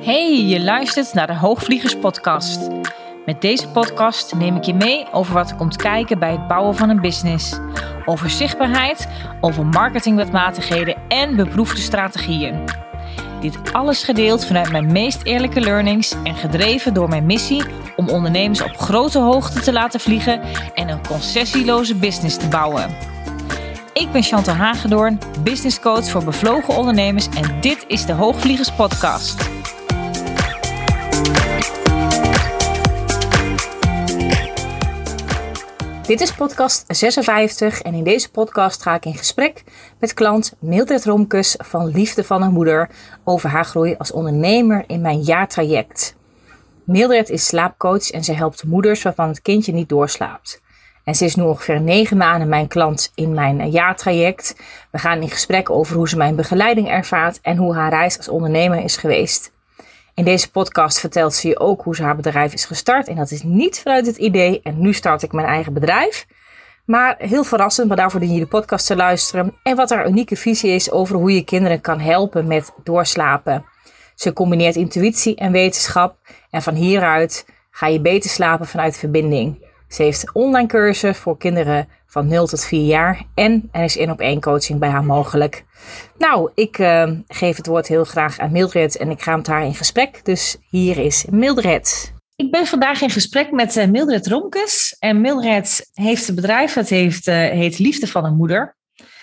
Hey, je luistert naar de Hoogvliegers podcast. Met deze podcast neem ik je mee over wat er komt kijken bij het bouwen van een business. Over zichtbaarheid, over marketingwetmatigheden en beproefde strategieën. Dit alles gedeeld vanuit mijn meest eerlijke learnings en gedreven door mijn missie om ondernemers op grote hoogte te laten vliegen en een concessieloze business te bouwen. Ik ben Chantal Hagedoorn, business coach voor bevlogen ondernemers en dit is de Hoogvliegers podcast. Dit is podcast 56 en in deze podcast ga ik in gesprek met klant Mildred Romkes van Liefde van een Moeder over haar groei als ondernemer in mijn jaartraject. Mildred is slaapcoach en ze helpt moeders waarvan het kindje niet doorslaapt. En ze is nu ongeveer 9 maanden mijn klant in mijn jaartraject. We gaan in gesprek over hoe ze mijn begeleiding ervaart en hoe haar reis als ondernemer is geweest. In deze podcast vertelt ze je ook hoe ze haar bedrijf is gestart. En dat is niet vanuit het idee en nu start ik mijn eigen bedrijf. Maar heel verrassend, maar daarvoor dien je de podcast te luisteren. En wat haar unieke visie is over hoe je kinderen kan helpen met doorslapen. Ze combineert intuïtie en wetenschap. En van hieruit ga je beter slapen vanuit verbinding. Ze heeft online cursussen voor kinderen van 0 tot 4 jaar. En er is 1-op-1 coaching bij haar mogelijk. Nou, ik geef het woord heel graag aan Mildred en ik ga met haar in gesprek. Dus hier is Mildred. Ik ben vandaag in gesprek met Mildred Romkes. En Mildred heeft een bedrijf dat heet Liefde van een Moeder.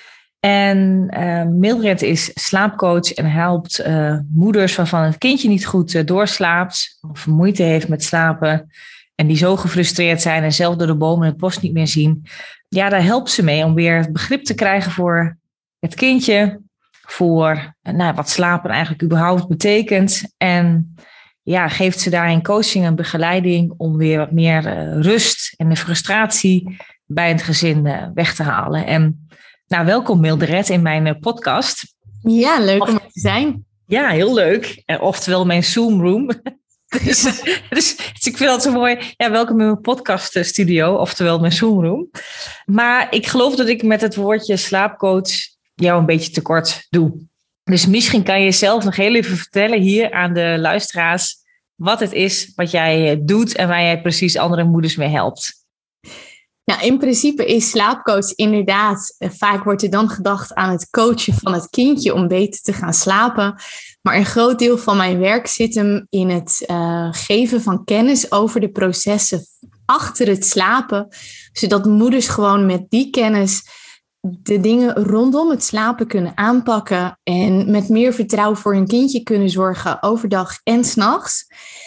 En Mildred is slaapcoach en helpt moeders waarvan het kindje niet goed doorslaapt. Of moeite heeft met slapen. En die zo gefrustreerd zijn en zelf door de bomen het bos niet meer zien. Ja, daar helpt ze mee om weer begrip te krijgen voor het kindje. Voor wat slapen eigenlijk überhaupt betekent. En ja, geeft ze daarin coaching en begeleiding om weer wat meer rust en de frustratie bij het gezin weg te halen. En welkom Mildred in mijn podcast. Ja, leuk om er te zijn. Ja, heel leuk. Oftewel mijn Zoom room. Dus ik vind dat zo mooi. Ja, welkom in mijn podcaststudio, oftewel mijn Zoom room. Maar ik geloof dat ik met het woordje slaapcoach jou een beetje tekort doe. Dus misschien kan je zelf nog heel even vertellen hier aan de luisteraars wat het is wat jij doet en waar jij precies andere moeders mee helpt. Nou, in principe is slaapcoach inderdaad, vaak wordt er dan gedacht aan het coachen van het kindje om beter te gaan slapen. Maar een groot deel van mijn werk zit hem in het geven van kennis over de processen achter het slapen. Zodat moeders gewoon met die kennis de dingen rondom het slapen kunnen aanpakken. En met meer vertrouwen voor hun kindje kunnen zorgen overdag en 's nachts.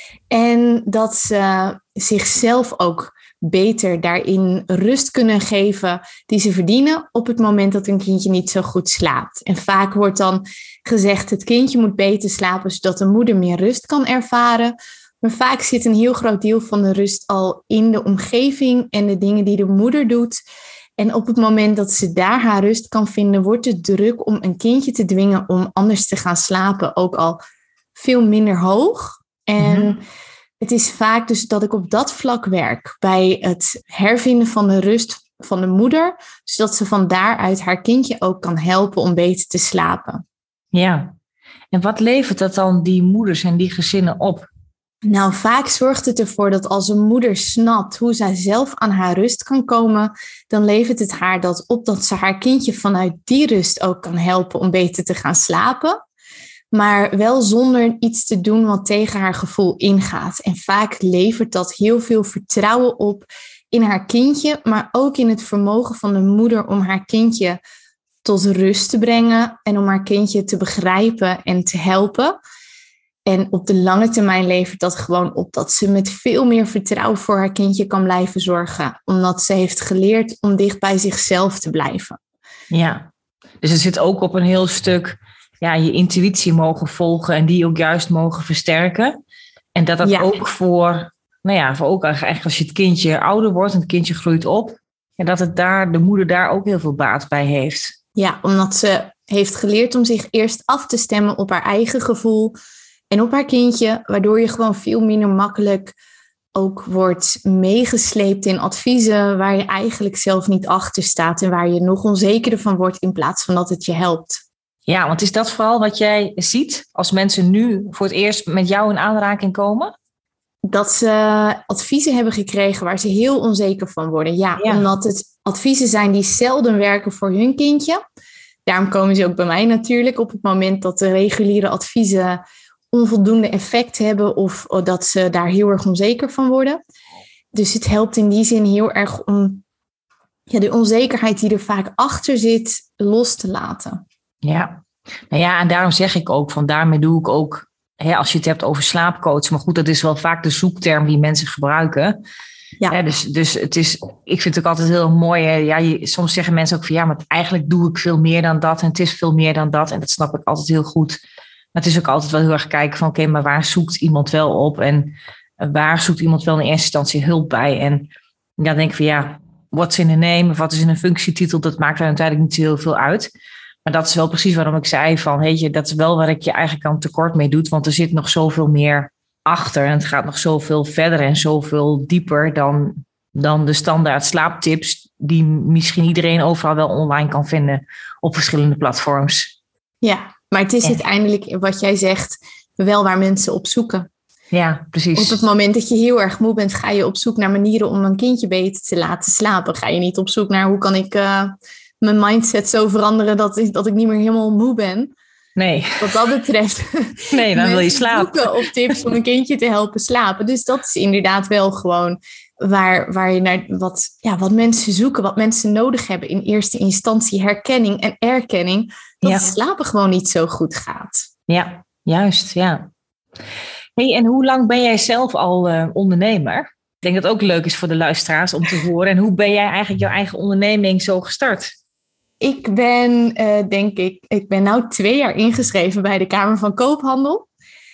En dat ze zichzelf ook beter daarin rust kunnen geven die ze verdienen op het moment dat een kindje niet zo goed slaapt. En vaak wordt dan gezegd het kindje moet beter slapen zodat de moeder meer rust kan ervaren. Maar vaak zit een heel groot deel van de rust al in de omgeving en de dingen die de moeder doet. En op het moment dat ze daar haar rust kan vinden, wordt het druk om een kindje te dwingen om anders te gaan slapen ook al veel minder hoog. En het is vaak dus dat ik op dat vlak werk bij het hervinden van de rust van de moeder, zodat ze van daaruit haar kindje ook kan helpen om beter te slapen. Ja, en wat levert dat dan die moeders en die gezinnen op? Nou, vaak zorgt het ervoor dat als een moeder snapt hoe zij zelf aan haar rust kan komen, dan levert het haar dat op dat ze haar kindje vanuit die rust ook kan helpen om beter te gaan slapen. Maar wel zonder iets te doen wat tegen haar gevoel ingaat. En vaak levert dat heel veel vertrouwen op in haar kindje, maar ook in het vermogen van de moeder om haar kindje tot rust te brengen en om haar kindje te begrijpen en te helpen. En op de lange termijn levert dat gewoon op dat ze met veel meer vertrouwen voor haar kindje kan blijven zorgen. Omdat ze heeft geleerd om dicht bij zichzelf te blijven. Ja, dus het zit ook op een heel stuk je intuïtie mogen volgen en die ook juist mogen versterken. En dat ook voor ook eigenlijk als je het kindje ouder wordt en het kindje groeit op, en dat de moeder daar ook heel veel baat bij heeft. Ja, omdat ze heeft geleerd om zich eerst af te stemmen op haar eigen gevoel en op haar kindje, waardoor je gewoon veel minder makkelijk ook wordt meegesleept in adviezen waar je eigenlijk zelf niet achter staat en waar je nog onzekerder van wordt in plaats van dat het je helpt. Ja, want is dat vooral wat jij ziet als mensen nu voor het eerst met jou in aanraking komen? Dat ze adviezen hebben gekregen waar ze heel onzeker van worden. Ja, omdat het adviezen zijn die zelden werken voor hun kindje. Daarom komen ze ook bij mij natuurlijk op het moment dat de reguliere adviezen onvoldoende effect hebben of dat ze daar heel erg onzeker van worden. Dus het helpt in die zin heel erg om de onzekerheid die er vaak achter zit los te laten. Ja, nou ja, en daarom zeg ik ook, van daarmee doe ik ook, als je het hebt over slaapcoach, maar goed, dat is wel vaak de zoekterm die mensen gebruiken. Ja. Dus het is, ik vind het ook altijd heel mooi. Soms zeggen mensen ook van maar eigenlijk doe ik veel meer dan dat en het is veel meer dan dat. En dat snap ik altijd heel goed. Maar het is ook altijd wel heel erg kijken van oké, maar waar zoekt iemand wel op en waar zoekt iemand wel in eerste instantie hulp bij? En dan denk ik van what's in a name of wat is in een functietitel, dat maakt er uiteindelijk niet zo heel veel uit. Maar dat is wel precies waarom ik zei van, dat is wel waar ik je eigenlijk aan tekort mee doe. Want er zit nog zoveel meer achter. En het gaat nog zoveel verder en zoveel dieper dan de standaard slaaptips die misschien iedereen overal wel online kan vinden op verschillende platforms. Ja, maar het is uiteindelijk wat jij zegt wel waar mensen op zoeken. Ja, precies. Op het moment dat je heel erg moe bent, ga je op zoek naar manieren om een kindje beter te laten slapen. Ga je niet op zoek naar hoe kan ik mijn mindset zo veranderen dat ik niet meer helemaal moe ben. Nee. Wat dat betreft. Nee, dan wil je slapen. Zoeken op tips om een kindje te helpen slapen. Dus dat is inderdaad wel gewoon waar je naar wat mensen zoeken, wat mensen nodig hebben. In eerste instantie herkenning en erkenning dat slapen gewoon niet zo goed gaat. Ja, juist, ja. Hey, en hoe lang ben jij zelf al ondernemer? Ik denk dat het ook leuk is voor de luisteraars om te horen. En hoe ben jij eigenlijk jouw eigen onderneming zo gestart? Ik ben, ik ben nu 2 jaar ingeschreven bij de Kamer van Koophandel.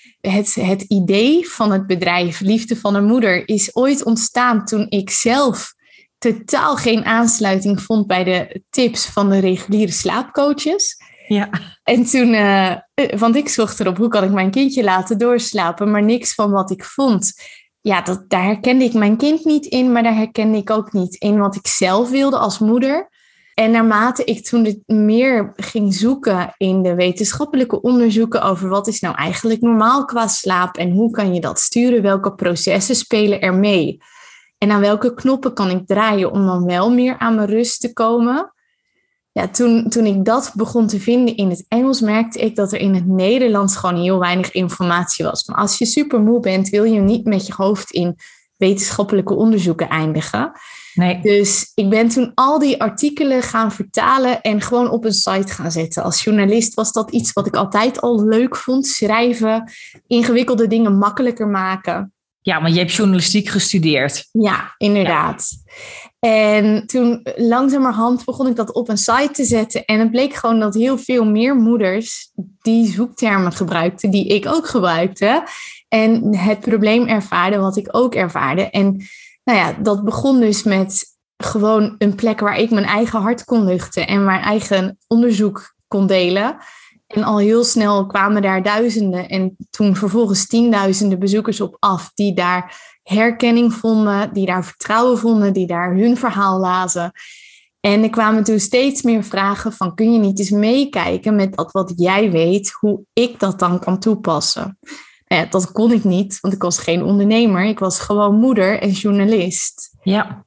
Het idee van het bedrijf Liefde van een Moeder is ooit ontstaan toen ik zelf totaal geen aansluiting vond bij de tips van de reguliere slaapcoaches. Ja. En toen, want ik zocht erop, hoe kan ik mijn kindje laten doorslapen, maar niks van wat ik vond. Ja, daar herkende ik mijn kind niet in, maar daar herkende ik ook niet in wat ik zelf wilde als moeder. En naarmate ik toen meer ging zoeken in de wetenschappelijke onderzoeken over wat is nou eigenlijk normaal qua slaap en hoe kan je dat sturen, welke processen spelen er mee en aan welke knoppen kan ik draaien om dan wel meer aan mijn rust te komen. Ja, toen ik dat begon te vinden in het Engels, merkte ik dat er in het Nederlands gewoon heel weinig informatie was. Maar als je super moe bent, wil je niet met je hoofd in wetenschappelijke onderzoeken eindigen. Nee. Dus ik ben toen al die artikelen gaan vertalen en gewoon op een site gaan zetten. Als journalist was dat iets wat ik altijd al leuk vond. Schrijven, ingewikkelde dingen makkelijker maken. Ja, maar je hebt journalistiek gestudeerd. Ja, inderdaad. Ja. En toen langzamerhand begon ik dat op een site te zetten. En het bleek gewoon dat heel veel meer moeders die zoektermen gebruikten, die ik ook gebruikte. En het probleem ervaarden wat ik ook ervaarde. En dat begon dus met gewoon een plek waar ik mijn eigen hart kon luchten en mijn eigen onderzoek kon delen. En al heel snel kwamen daar duizenden en toen vervolgens 10.000 bezoekers op af die daar herkenning vonden, die daar vertrouwen vonden, die daar hun verhaal lazen. En er kwamen toen steeds meer vragen van kun je niet eens meekijken met dat wat jij weet, hoe ik dat dan kan toepassen. Dat kon ik niet, want ik was geen ondernemer. Ik was gewoon moeder en journalist. Ja.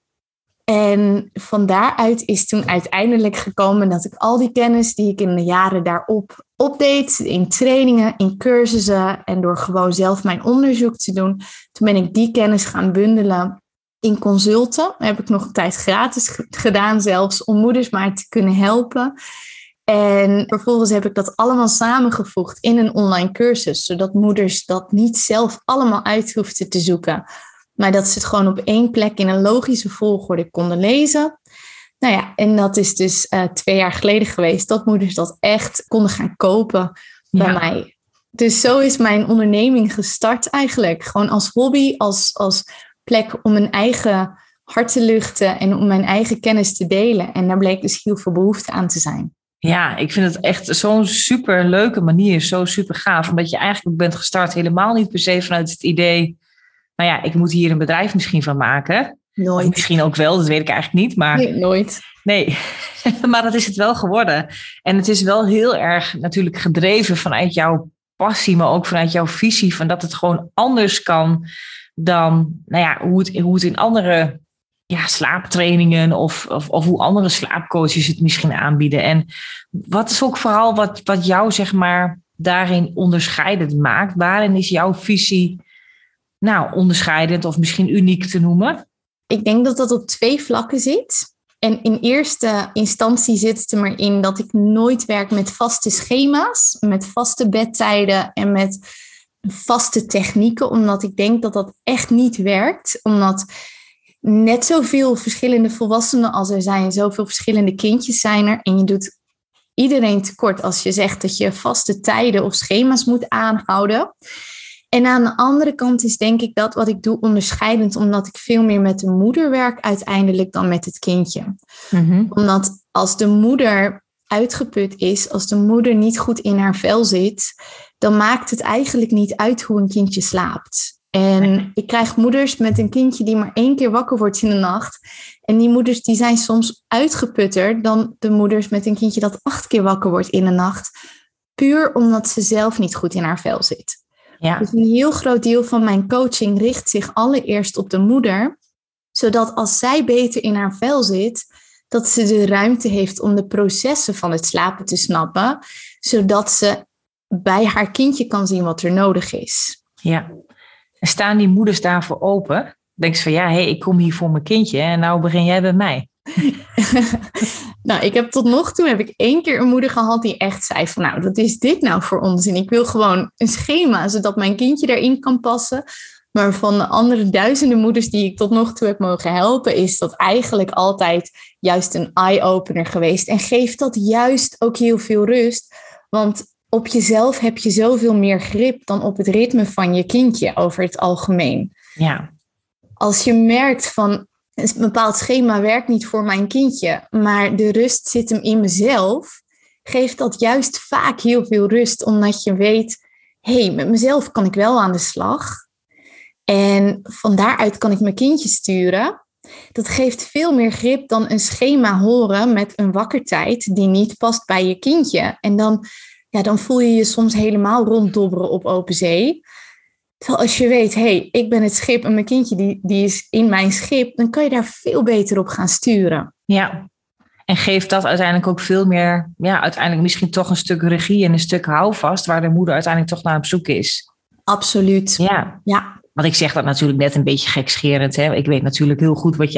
En van daaruit is toen uiteindelijk gekomen dat ik al die kennis die ik in de jaren daarop opdeed, in trainingen, in cursussen en door gewoon zelf mijn onderzoek te doen, toen ben ik die kennis gaan bundelen in consulten. Dat heb ik nog een tijd gratis gedaan zelfs, om moeders maar te kunnen helpen. En vervolgens heb ik dat allemaal samengevoegd in een online cursus, zodat moeders dat niet zelf allemaal uit hoefden te zoeken, maar dat ze het gewoon op één plek in een logische volgorde konden lezen. En dat is dus 2 jaar geleden geweest dat moeders dat echt konden gaan kopen bij mij. Dus zo is mijn onderneming gestart eigenlijk. Gewoon als hobby, als plek om mijn eigen hart te luchten en om mijn eigen kennis te delen. En daar bleek dus heel veel behoefte aan te zijn. Ja, ik vind het echt zo'n super leuke manier, zo super gaaf. Omdat je eigenlijk bent gestart helemaal niet per se vanuit het idee, ik moet hier een bedrijf misschien van maken. Nooit. Of misschien ook wel, dat weet ik eigenlijk niet. Maar Nee, nooit. nee, maar dat is het wel geworden. En het is wel heel erg natuurlijk gedreven vanuit jouw passie, maar ook vanuit jouw visie van dat het gewoon anders kan dan hoe het in andere slaaptrainingen of hoe andere slaapcoaches het misschien aanbieden. En wat is ook vooral wat jou zeg maar daarin onderscheidend maakt? Waarin is jouw visie onderscheidend of misschien uniek te noemen? Ik denk dat dat op 2 vlakken zit. En in eerste instantie zit het er maar in dat ik nooit werk met vaste schema's, met vaste bedtijden en met vaste technieken, omdat ik denk dat dat echt niet werkt. Omdat net zoveel verschillende volwassenen als er zijn, zoveel verschillende kindjes zijn er. En je doet iedereen tekort als je zegt dat je vaste tijden of schema's moet aanhouden. En aan de andere kant is denk ik dat wat ik doe onderscheidend, omdat ik veel meer met de moeder werk uiteindelijk dan met het kindje. Mm-hmm. Omdat als de moeder uitgeput is, als de moeder niet goed in haar vel zit, dan maakt het eigenlijk niet uit hoe een kindje slaapt. En ik krijg moeders met een kindje die maar 1 keer wakker wordt in de nacht. En die moeders die zijn soms uitgeputter dan de moeders met een kindje dat 8 keer wakker wordt in de nacht. Puur omdat ze zelf niet goed in haar vel zit. Ja. Dus een heel groot deel van mijn coaching richt zich allereerst op de moeder. Zodat als zij beter in haar vel zit, dat ze de ruimte heeft om de processen van het slapen te snappen. Zodat ze bij haar kindje kan zien wat er nodig is. Ja. En staan die moeders daarvoor open? Denk ze van ik kom hier voor mijn kindje en nou begin jij bij mij. Nou, ik heb tot nog toe 1 keer een moeder gehad die echt zei van wat is dit nou voor onzin? Ik wil gewoon een schema zodat mijn kindje daarin kan passen. Maar van de andere duizenden moeders die ik tot nog toe heb mogen helpen, is dat eigenlijk altijd juist een eye-opener geweest. En geeft dat juist ook heel veel rust. Want op jezelf heb je zoveel meer grip dan op het ritme van je kindje over het algemeen. Ja. Als je merkt van een bepaald schema werkt niet voor mijn kindje, maar de rust zit hem in mezelf, geeft dat juist vaak heel veel rust. Omdat je weet, met mezelf kan ik wel aan de slag. En van daaruit kan ik mijn kindje sturen. Dat geeft veel meer grip dan een schema horen met een wakkertijd die niet past bij je kindje. En dan voel je je soms helemaal ronddobberen op open zee. Terwijl als je weet, ik ben het schip en mijn kindje die is in mijn schip, dan kan je daar veel beter op gaan sturen. Ja, en geeft dat uiteindelijk ook veel meer, uiteindelijk misschien toch een stuk regie en een stuk houvast, waar de moeder uiteindelijk toch naar op zoek is. Absoluut. Ja. Want ik zeg dat natuurlijk net een beetje gekscherend. Hè? Ik weet natuurlijk heel goed wat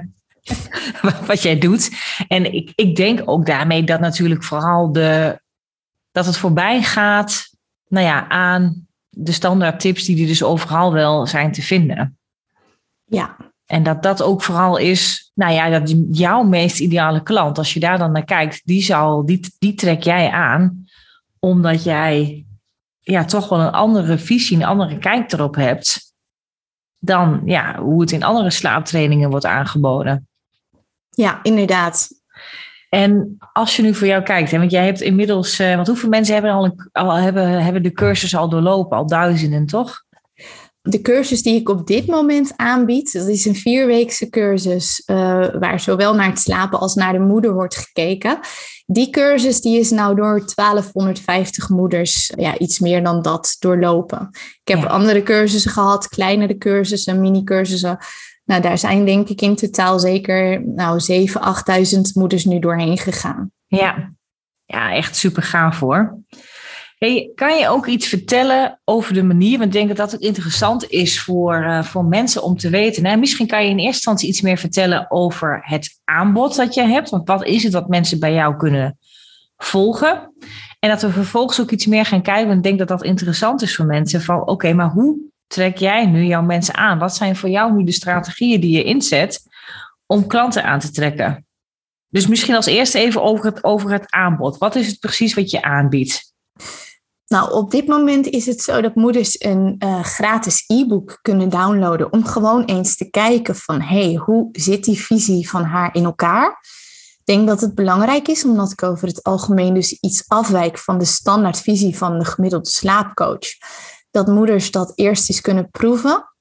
jij doet. En ik denk ook daarmee dat natuurlijk vooral dat het voorbij gaat aan de standaard tips die er dus overal wel zijn te vinden. Ja. En dat ook vooral is, dat jouw meest ideale klant, als je daar dan naar kijkt, die trek jij aan, omdat jij toch wel een andere visie, een andere kijk erop hebt dan hoe het in andere slaaptrainingen wordt aangeboden. Ja, inderdaad. En als je nu voor jou kijkt, want jij hebt inmiddels, want hoeveel mensen hebben de cursus al doorlopen? Al duizenden, toch? De cursus die ik op dit moment aanbied, dat is een 4-weekse cursus waar zowel naar het slapen als naar de moeder wordt gekeken. Die cursus die is nou door 1250 moeders, iets meer dan dat, doorlopen. Ik heb andere cursussen gehad, kleinere cursussen, mini-cursussen. Nou, daar zijn denk ik in totaal zeker 7.000, 8.000 moeders nu doorheen gegaan. Ja, echt super gaaf hoor. Hey, kan je ook iets vertellen over de manier, want ik denk dat ook interessant is voor mensen om te weten. Hè? Misschien kan je in eerste instantie iets meer vertellen over het aanbod dat je hebt. Want wat is het wat mensen bij jou kunnen volgen? En dat we vervolgens ook iets meer gaan kijken. Want ik denk dat dat interessant is voor mensen. Van oké, maar hoe trek jij nu jouw mensen aan? Wat zijn voor jou nu de strategieën die je inzet om klanten aan te trekken? Dus misschien als eerste even over het aanbod. Wat is het precies wat je aanbiedt? Nou, op dit moment is het zo dat moeders een gratis e-book kunnen downloaden om gewoon eens te kijken van hoe zit die visie van haar in elkaar? Ik denk dat het belangrijk is, omdat ik over het algemeen dus iets afwijk van de standaardvisie van de gemiddelde slaapcoach, dat moeders dat eerst eens kunnen proeven.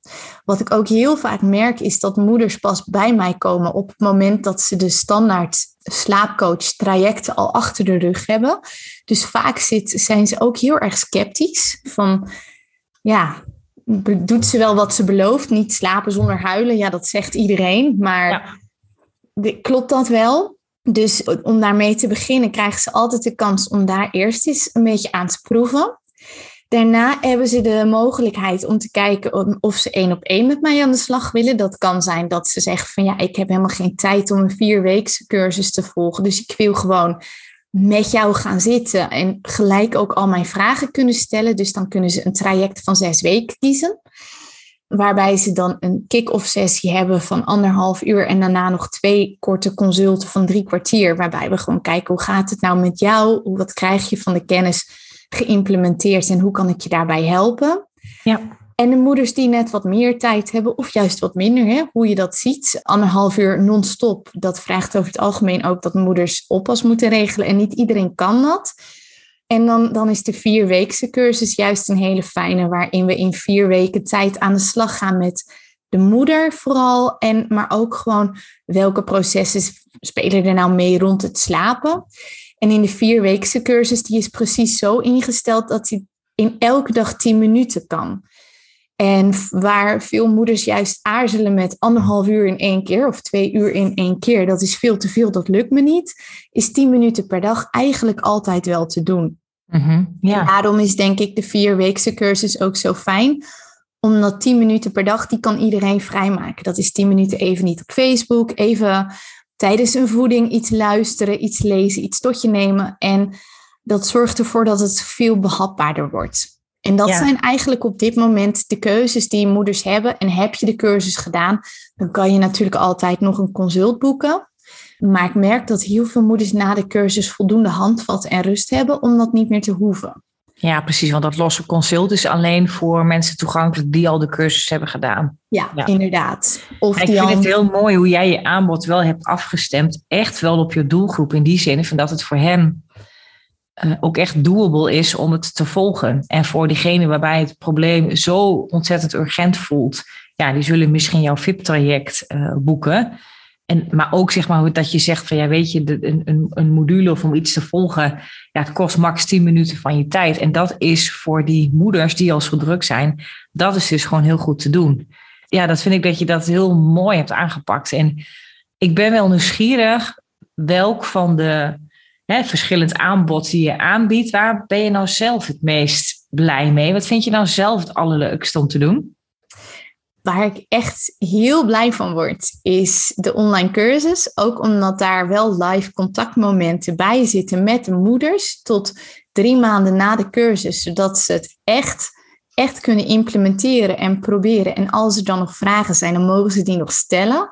Wat ik ook heel vaak merk is dat moeders pas bij mij komen op het moment dat ze de standaard slaapcoach trajecten al achter de rug hebben. Dus vaak zijn ze ook heel erg sceptisch van, ja, doet ze wel wat ze belooft? Niet slapen zonder huilen, ja, dat zegt iedereen, maar klopt dat wel? Dus om daarmee te beginnen krijgen ze altijd de kans om daar eerst eens een beetje aan te proeven. Daarna hebben ze de mogelijkheid om te kijken of ze 1-op-1 met mij aan de slag willen. Dat kan zijn dat ze zeggen van ja, ik heb helemaal geen tijd om een 4-weekse cursus te volgen. Dus ik wil gewoon met jou gaan zitten en gelijk ook al mijn vragen kunnen stellen. Dus dan kunnen ze een traject van 6 weken kiezen. Waarbij ze dan een kick-off sessie hebben van 1,5 uur en daarna nog 2 korte consulten van 3 kwartier. Waarbij we gewoon kijken hoe gaat het nou met jou? Wat krijg je van de kennis geïmplementeerd en hoe kan ik je daarbij helpen? Ja. En de moeders die net wat meer tijd hebben of juist wat minder, hè, hoe je dat ziet. 1,5 uur non-stop, dat vraagt over het algemeen ook dat moeders oppas moeten regelen en niet iedereen kan dat. En dan is de 4-weekse cursus juist een hele fijne, waarin we in 4 weken tijd aan de slag gaan met de moeder vooral. Maar ook gewoon welke processen spelen er nou mee rond het slapen. En in de 4-weekse cursus, die is precies zo ingesteld dat hij in elke dag 10 minuten kan. En waar veel moeders juist aarzelen met 1,5 uur in 1 keer of 2 uur in 1 keer, dat is veel te veel, dat lukt me niet, is 10 minuten per dag eigenlijk altijd wel te doen. Mm-hmm. Ja. En daarom is denk ik de 4-weekse cursus ook zo fijn, omdat 10 minuten per dag, die kan iedereen vrijmaken. Dat is 10 minuten even niet op Facebook, even tijdens een voeding iets luisteren, iets lezen, iets tot je nemen. En dat zorgt ervoor dat het veel behapbaarder wordt. En dat zijn eigenlijk op dit moment de keuzes die moeders hebben. En heb je de cursus gedaan, dan kan je natuurlijk altijd nog een consult boeken. Maar ik merk dat heel veel moeders na de cursus voldoende handvat en rust hebben om dat niet meer te hoeven. Ja, precies. Want dat losse consult is alleen voor mensen toegankelijk die al de cursus hebben gedaan. Ja. Inderdaad. Ik vind het heel mooi hoe jij je aanbod wel hebt afgestemd. Echt wel op je doelgroep in die zin. Van dat het voor hem ook echt doable is om het te volgen. En voor diegene waarbij het probleem zo ontzettend urgent voelt. Ja, die zullen misschien jouw VIP-traject boeken. Maar ook zeg maar dat je zegt van ja, weet je, een module of om iets te volgen, ja, het kost max 10 minuten van je tijd. En dat is voor die moeders die al zo druk zijn, dat is dus gewoon heel goed te doen. Ja, dat vind ik dat je dat heel mooi hebt aangepakt. En ik ben wel nieuwsgierig welk van de verschillend aanbod die je aanbiedt, waar ben je nou zelf het meest blij mee? Wat vind je nou zelf het allerleukste om te doen? Waar ik echt heel blij van word, is de online cursus. Ook omdat daar wel live contactmomenten bij zitten met de moeders tot 3 maanden na de cursus. Zodat ze het echt kunnen implementeren en proberen. En als er dan nog vragen zijn, dan mogen ze die nog stellen.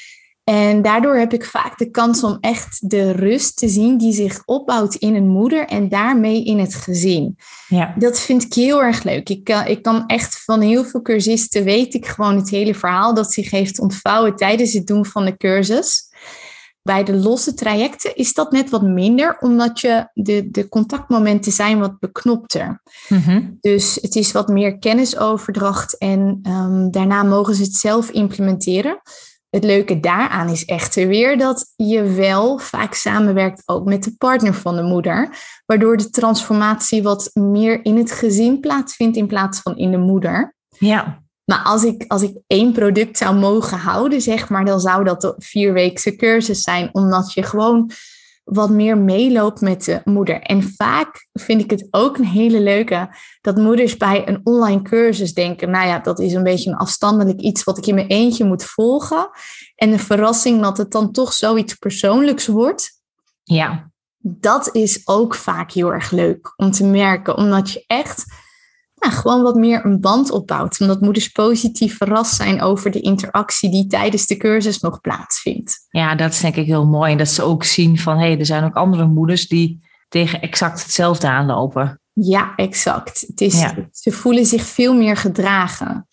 En daardoor heb ik vaak de kans om echt de rust te zien die zich opbouwt in een moeder en daarmee in het gezin. Ja. Dat vind ik heel erg leuk. Ik kan echt van heel veel cursisten weet ik gewoon het hele verhaal dat zich heeft ontvouwen tijdens het doen van de cursus. Bij de losse trajecten is dat net wat minder, omdat de contactmomenten zijn wat beknopter. Mm-hmm. Dus het is wat meer kennisoverdracht en daarna mogen ze het zelf implementeren. Het leuke daaraan is echter weer dat je wel vaak samenwerkt ook met de partner van de moeder, waardoor de transformatie wat meer in het gezin plaatsvindt in plaats van in de moeder. Ja. Maar als ik 1 product zou mogen houden, zeg maar, dan zou dat de 4-weekse cursus zijn, omdat je gewoon wat meer meeloopt met de moeder. En vaak vind ik het ook een hele leuke dat moeders bij een online cursus denken, nou ja, dat is een beetje een afstandelijk iets wat ik in mijn eentje moet volgen. En de verrassing dat het dan toch zoiets persoonlijks wordt. Ja. Dat is ook vaak heel erg leuk om te merken, omdat je echt gewoon wat meer een band opbouwt. Omdat moeders positief verrast zijn over de interactie die tijdens de cursus nog plaatsvindt. Ja, dat is denk ik heel mooi. En dat ze ook zien van, er zijn ook andere moeders die tegen exact hetzelfde aanlopen. Ja, exact. Ze voelen zich veel meer gedragen.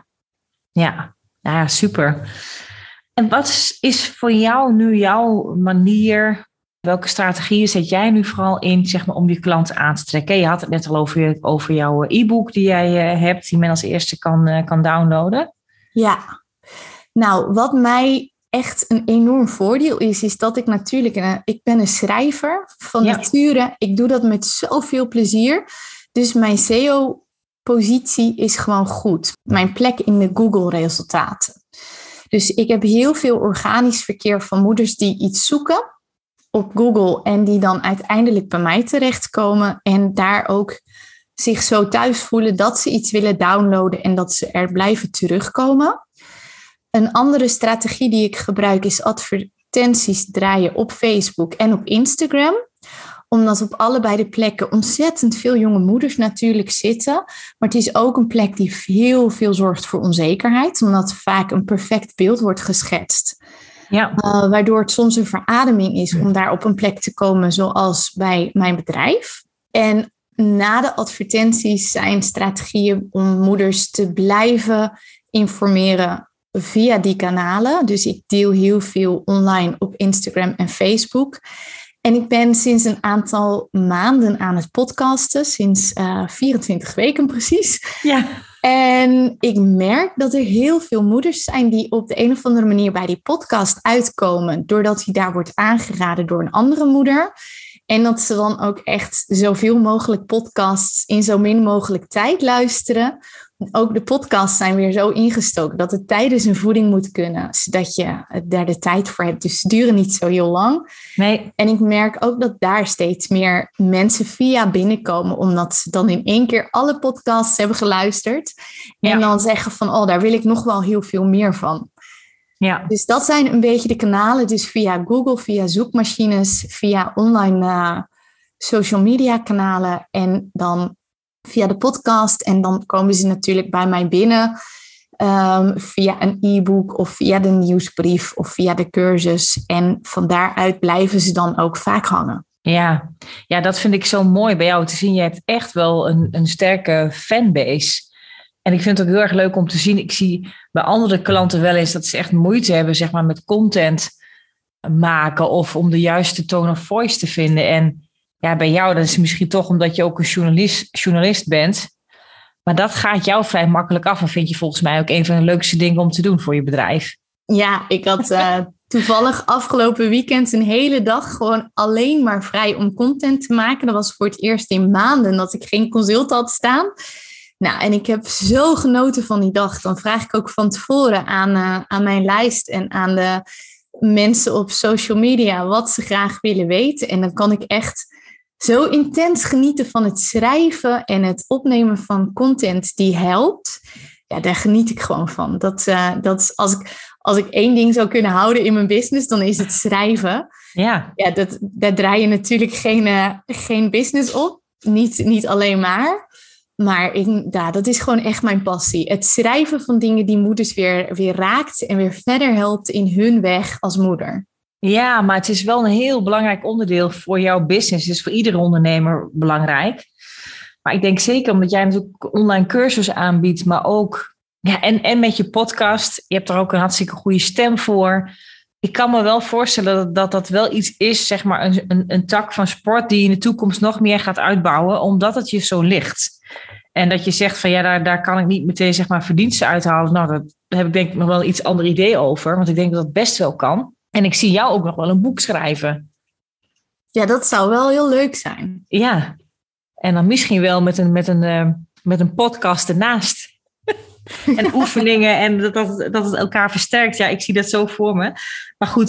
Ja, super. En wat is voor jou nu jouw manier? Welke strategieën zet jij nu vooral in, zeg maar, om je klant aan te trekken? Je had het net al over jouw e-book die jij hebt, die men als eerste kan downloaden. Ja, nou, wat mij echt een enorm voordeel is dat ik natuurlijk, ik ben een schrijver van nature. Ik doe dat met zoveel plezier. Dus mijn SEO-positie is gewoon goed. Mijn plek in de Google-resultaten. Dus ik heb heel veel organisch verkeer van moeders die iets zoeken op Google en die dan uiteindelijk bij mij terechtkomen en daar ook zich zo thuis voelen dat ze iets willen downloaden en dat ze er blijven terugkomen. Een andere strategie die ik gebruik is advertenties draaien op Facebook en op Instagram. Omdat op allebei de plekken ontzettend veel jonge moeders natuurlijk zitten. Maar het is ook een plek die heel veel zorgt voor onzekerheid. Omdat vaak een perfect beeld wordt geschetst. Ja. Waardoor het soms een verademing is om daar op een plek te komen zoals bij mijn bedrijf. En na de advertenties zijn strategieën om moeders te blijven informeren via die kanalen. Dus ik deel heel veel online op Instagram en Facebook. En ik ben sinds een aantal maanden aan het podcasten, sinds 24 weken precies. Ja. En ik merk dat er heel veel moeders zijn die op de een of andere manier bij die podcast uitkomen, doordat die daar wordt aangeraden door een andere moeder. En dat ze dan ook echt zoveel mogelijk podcasts in zo min mogelijk tijd luisteren. Ook de podcasts zijn weer zo ingestoken dat het tijdens een voeding moet kunnen, zodat je daar de tijd voor hebt. Dus ze duren niet zo heel lang. Nee. En ik merk ook dat daar steeds meer mensen via binnenkomen, omdat ze dan in één keer alle podcasts hebben geluisterd. En dan zeggen van, daar wil ik nog wel heel veel meer van. Ja. Dus dat zijn een beetje de kanalen. Dus via Google, via zoekmachines, via online social media kanalen en dan via de podcast. En dan komen ze natuurlijk bij mij binnen via een e-book of via de nieuwsbrief of via de cursus. En van daaruit blijven ze dan ook vaak hangen. Ja, dat vind ik zo mooi bij jou te zien. Je hebt echt wel een sterke fanbase. En ik vind het ook heel erg leuk om te zien. Ik zie bij andere klanten wel eens dat ze echt moeite hebben, zeg maar, met content maken of om de juiste tone of voice te vinden. En ja, bij jou, dat is misschien toch omdat je ook een journalist bent. Maar dat gaat jou vrij makkelijk af. En vind je volgens mij ook een van de leukste dingen om te doen voor je bedrijf. Ja, ik had toevallig afgelopen weekend een hele dag gewoon alleen maar vrij om content te maken. Dat was voor het eerst in maanden dat ik geen consult had staan. Nou, en ik heb zo genoten van die dag. Dan vraag ik ook van tevoren aan mijn lijst en aan de mensen op social media wat ze graag willen weten. En dan kan ik echt zo intens genieten van het schrijven en het opnemen van content die helpt. Ja, daar geniet ik gewoon van. Dat als ik één ding zou kunnen houden in mijn business, dan is het schrijven. Ja, daar draai je natuurlijk geen business op. Niet alleen maar. Maar dat is gewoon echt mijn passie. Het schrijven van dingen die moeders weer raakt en weer verder helpt in hun weg als moeder. Ja, maar het is wel een heel belangrijk onderdeel voor jouw business. Het is voor iedere ondernemer belangrijk. Maar ik denk zeker omdat jij natuurlijk online cursussen aanbiedt, maar ook en met je podcast. Je hebt er ook een hartstikke goede stem voor. Ik kan me wel voorstellen dat wel iets is, zeg maar een tak van sport die in de toekomst nog meer gaat uitbouwen, omdat het je zo ligt. En dat je zegt van daar kan ik niet meteen, zeg maar, verdiensten uithalen. Nou, daar heb ik denk ik nog wel een iets ander idee over. Want ik denk dat dat best wel kan. En ik zie jou ook nog wel een boek schrijven. Ja, dat zou wel heel leuk zijn. Ja, en dan misschien wel met een podcast ernaast. En oefeningen en dat het elkaar versterkt. Ja, ik zie dat zo voor me. Maar goed,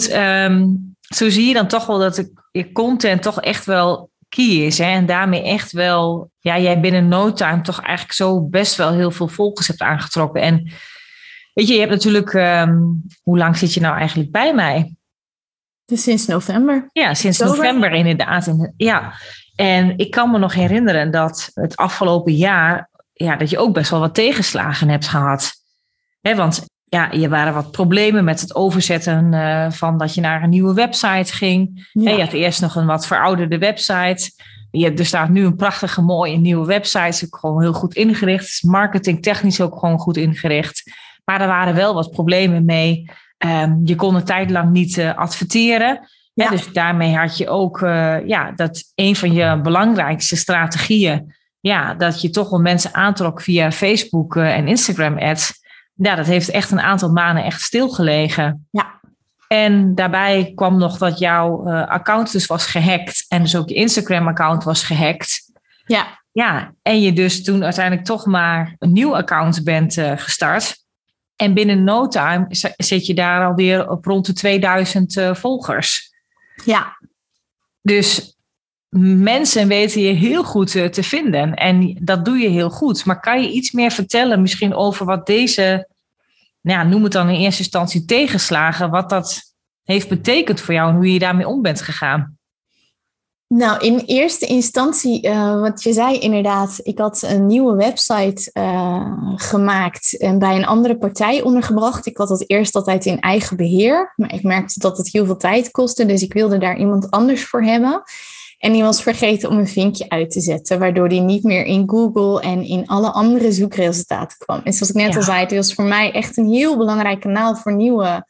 zo zie je dan toch wel dat je content toch echt wel key is. Hè? En daarmee echt wel, jij binnen no time toch eigenlijk zo best wel heel veel volgers hebt aangetrokken. En weet je hebt natuurlijk, hoe lang zit je nou eigenlijk bij mij? Dus sinds november. Ja, sinds november inderdaad. Ja, en ik kan me nog herinneren dat het afgelopen jaar, dat je ook best wel wat tegenslagen hebt gehad. Want je waren wat problemen met het overzetten van dat je naar een nieuwe website ging. Ja. Je had eerst nog een wat verouderde website. Er staat nu een prachtige, mooie nieuwe website. Is ook gewoon heel goed ingericht. Marketingtechnisch ook gewoon goed ingericht. Maar er waren wel wat problemen mee. Je kon een tijd lang niet adverteren. Ja. Dus daarmee had je ook dat een van je belangrijkste strategieën, dat je toch wel mensen aantrok via Facebook en Instagram ads. ja, dat heeft echt een aantal maanden echt stilgelegen. Ja. En daarbij kwam nog dat jouw account dus was gehackt. En dus ook je Instagram-account was gehackt. Ja. Ja, en je dus toen uiteindelijk toch maar een nieuw account bent gestart. En binnen no time zit je daar alweer op rond de 2000 volgers. Ja. Dus mensen weten je heel goed te vinden. En dat doe je heel goed. Maar kan je iets meer vertellen misschien over wat deze, noem het dan in eerste instantie tegenslagen, wat dat heeft betekend voor jou en hoe je daarmee om bent gegaan? Nou, in eerste instantie, wat je zei inderdaad, ik had een nieuwe website gemaakt en bij een andere partij ondergebracht. Ik had dat eerst altijd in eigen beheer, maar ik merkte dat het heel veel tijd kostte, dus ik wilde daar iemand anders voor hebben. En die was vergeten om een vinkje uit te zetten, waardoor die niet meer in Google en in alle andere zoekresultaten kwam. En zoals ik net al zei, het was voor mij echt een heel belangrijk kanaal voor nieuwe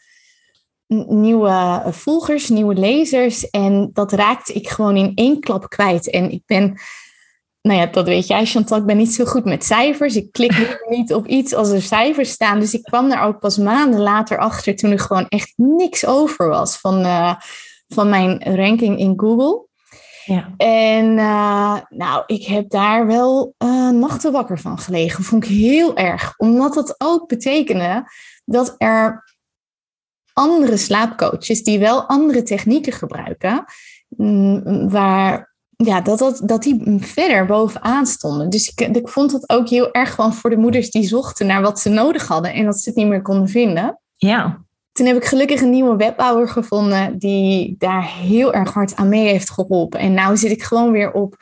volgers, nieuwe lezers. En dat raakte ik gewoon in één klap kwijt. En ik ben, dat weet jij Chantal, ik ben niet zo goed met cijfers. Ik klik niet op iets als er cijfers staan. Dus ik kwam daar ook pas maanden later achter toen er gewoon echt niks over was van mijn ranking in Google. Ja. En ik heb daar wel nachten wakker van gelegen. Vond ik heel erg. Omdat dat ook betekende dat er andere slaapcoaches die wel andere technieken gebruiken, dat die verder bovenaan stonden. Dus ik vond dat ook heel erg gewoon voor de moeders die zochten naar wat ze nodig hadden en dat ze het niet meer konden vinden. Ja. Toen heb ik gelukkig een nieuwe webbouwer gevonden die daar heel erg hard aan mee heeft geholpen. En nu zit ik gewoon weer op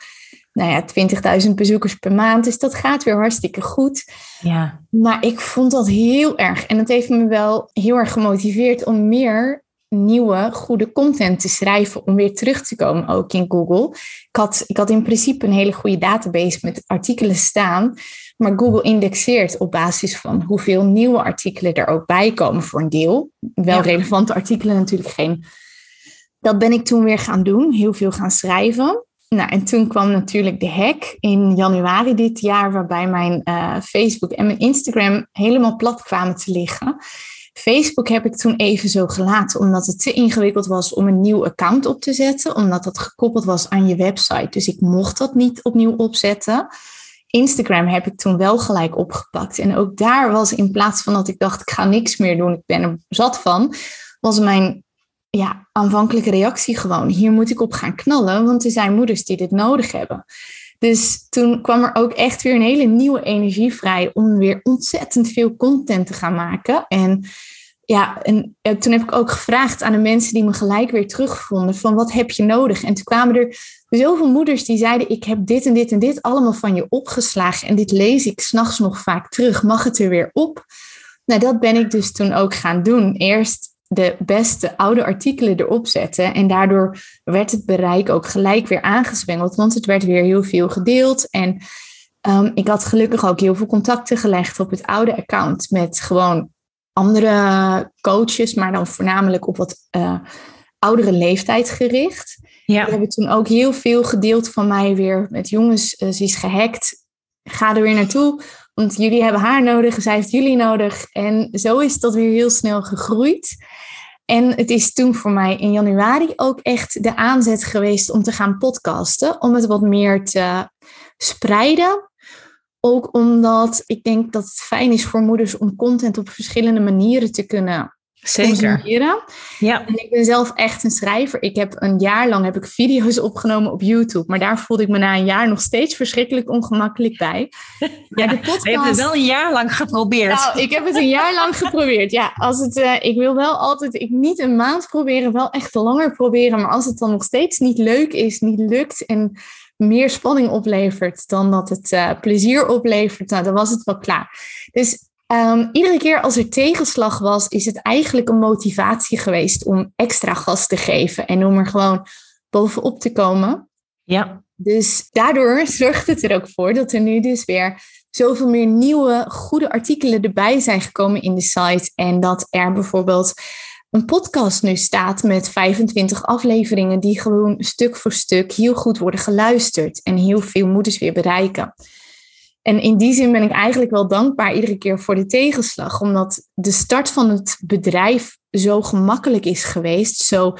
20.000 bezoekers per maand. Dus dat gaat weer hartstikke goed. Ja. Maar ik vond dat heel erg. En dat heeft me wel heel erg gemotiveerd om meer nieuwe, goede content te schrijven. Om weer terug te komen ook in Google. Ik had in principe een hele goede database met artikelen staan. Maar Google indexeert op basis van hoeveel nieuwe artikelen er ook bij komen voor een deel. Wel relevante artikelen natuurlijk geen. Dat ben ik toen weer gaan doen. Heel veel gaan schrijven. En toen kwam natuurlijk de hack in januari dit jaar, waarbij mijn Facebook en mijn Instagram helemaal plat kwamen te liggen. Facebook heb ik toen even zo gelaten, omdat het te ingewikkeld was om een nieuw account op te zetten, omdat dat gekoppeld was aan je website. Dus ik mocht dat niet opnieuw opzetten. Instagram heb ik toen wel gelijk opgepakt. En ook daar was, in plaats van dat ik dacht, ik ga niks meer doen, ik ben er zat van, was mijn aanvankelijke reactie gewoon, hier moet ik op gaan knallen, want er zijn moeders die dit nodig hebben. Dus toen kwam er ook echt weer een hele nieuwe energie vrij om weer ontzettend veel content te gaan maken. En toen heb ik ook gevraagd aan de mensen die me gelijk weer terugvonden van wat heb je nodig? En toen kwamen er zoveel moeders die zeiden, ik heb dit en dit en dit allemaal van je opgeslagen en dit lees ik 's nachts nog vaak terug. Mag het er weer op? Dat ben ik dus toen ook gaan doen. Eerst de beste oude artikelen erop zetten. En daardoor werd het bereik ook gelijk weer aangezwengeld. Want het werd weer heel veel gedeeld. En ik had gelukkig ook heel veel contacten gelegd op het oude account. Met gewoon andere coaches. Maar dan voornamelijk op wat oudere leeftijd gericht. Ja. We hebben toen ook heel veel gedeeld van mij weer. Met jongens, ze is gehackt. Ga er weer naartoe. Want jullie hebben haar nodig, zij heeft jullie nodig. En zo is dat weer heel snel gegroeid. En het is toen voor mij in januari ook echt de aanzet geweest om te gaan podcasten. Om het wat meer te spreiden. Ook omdat ik denk dat het fijn is voor moeders om content op verschillende manieren te kunnen consumeren. Ja. En ik ben zelf echt een schrijver. Ik heb een jaar lang video's opgenomen op YouTube. Maar daar voelde ik me na een jaar nog steeds verschrikkelijk ongemakkelijk bij. Ja, de podcast, je hebt het wel een jaar lang geprobeerd. Nou, ik heb het een jaar lang geprobeerd. Ja, ik wil wel altijd, niet een maand proberen, wel echt langer proberen. Maar als het dan nog steeds niet leuk is, niet lukt en meer spanning oplevert dan dat het plezier oplevert, dan was het wel klaar. Dus iedere keer als er tegenslag was, is het eigenlijk een motivatie geweest om extra gas te geven en om er gewoon bovenop te komen. Ja. Dus daardoor zorgt het er ook voor dat er nu dus weer zoveel meer nieuwe, goede artikelen erbij zijn gekomen in de site. En dat er bijvoorbeeld een podcast nu staat met 25 afleveringen die gewoon stuk voor stuk heel goed worden geluisterd en heel veel moeders weer bereiken. En in die zin ben ik eigenlijk wel dankbaar iedere keer voor de tegenslag. Omdat de start van het bedrijf zo gemakkelijk is geweest.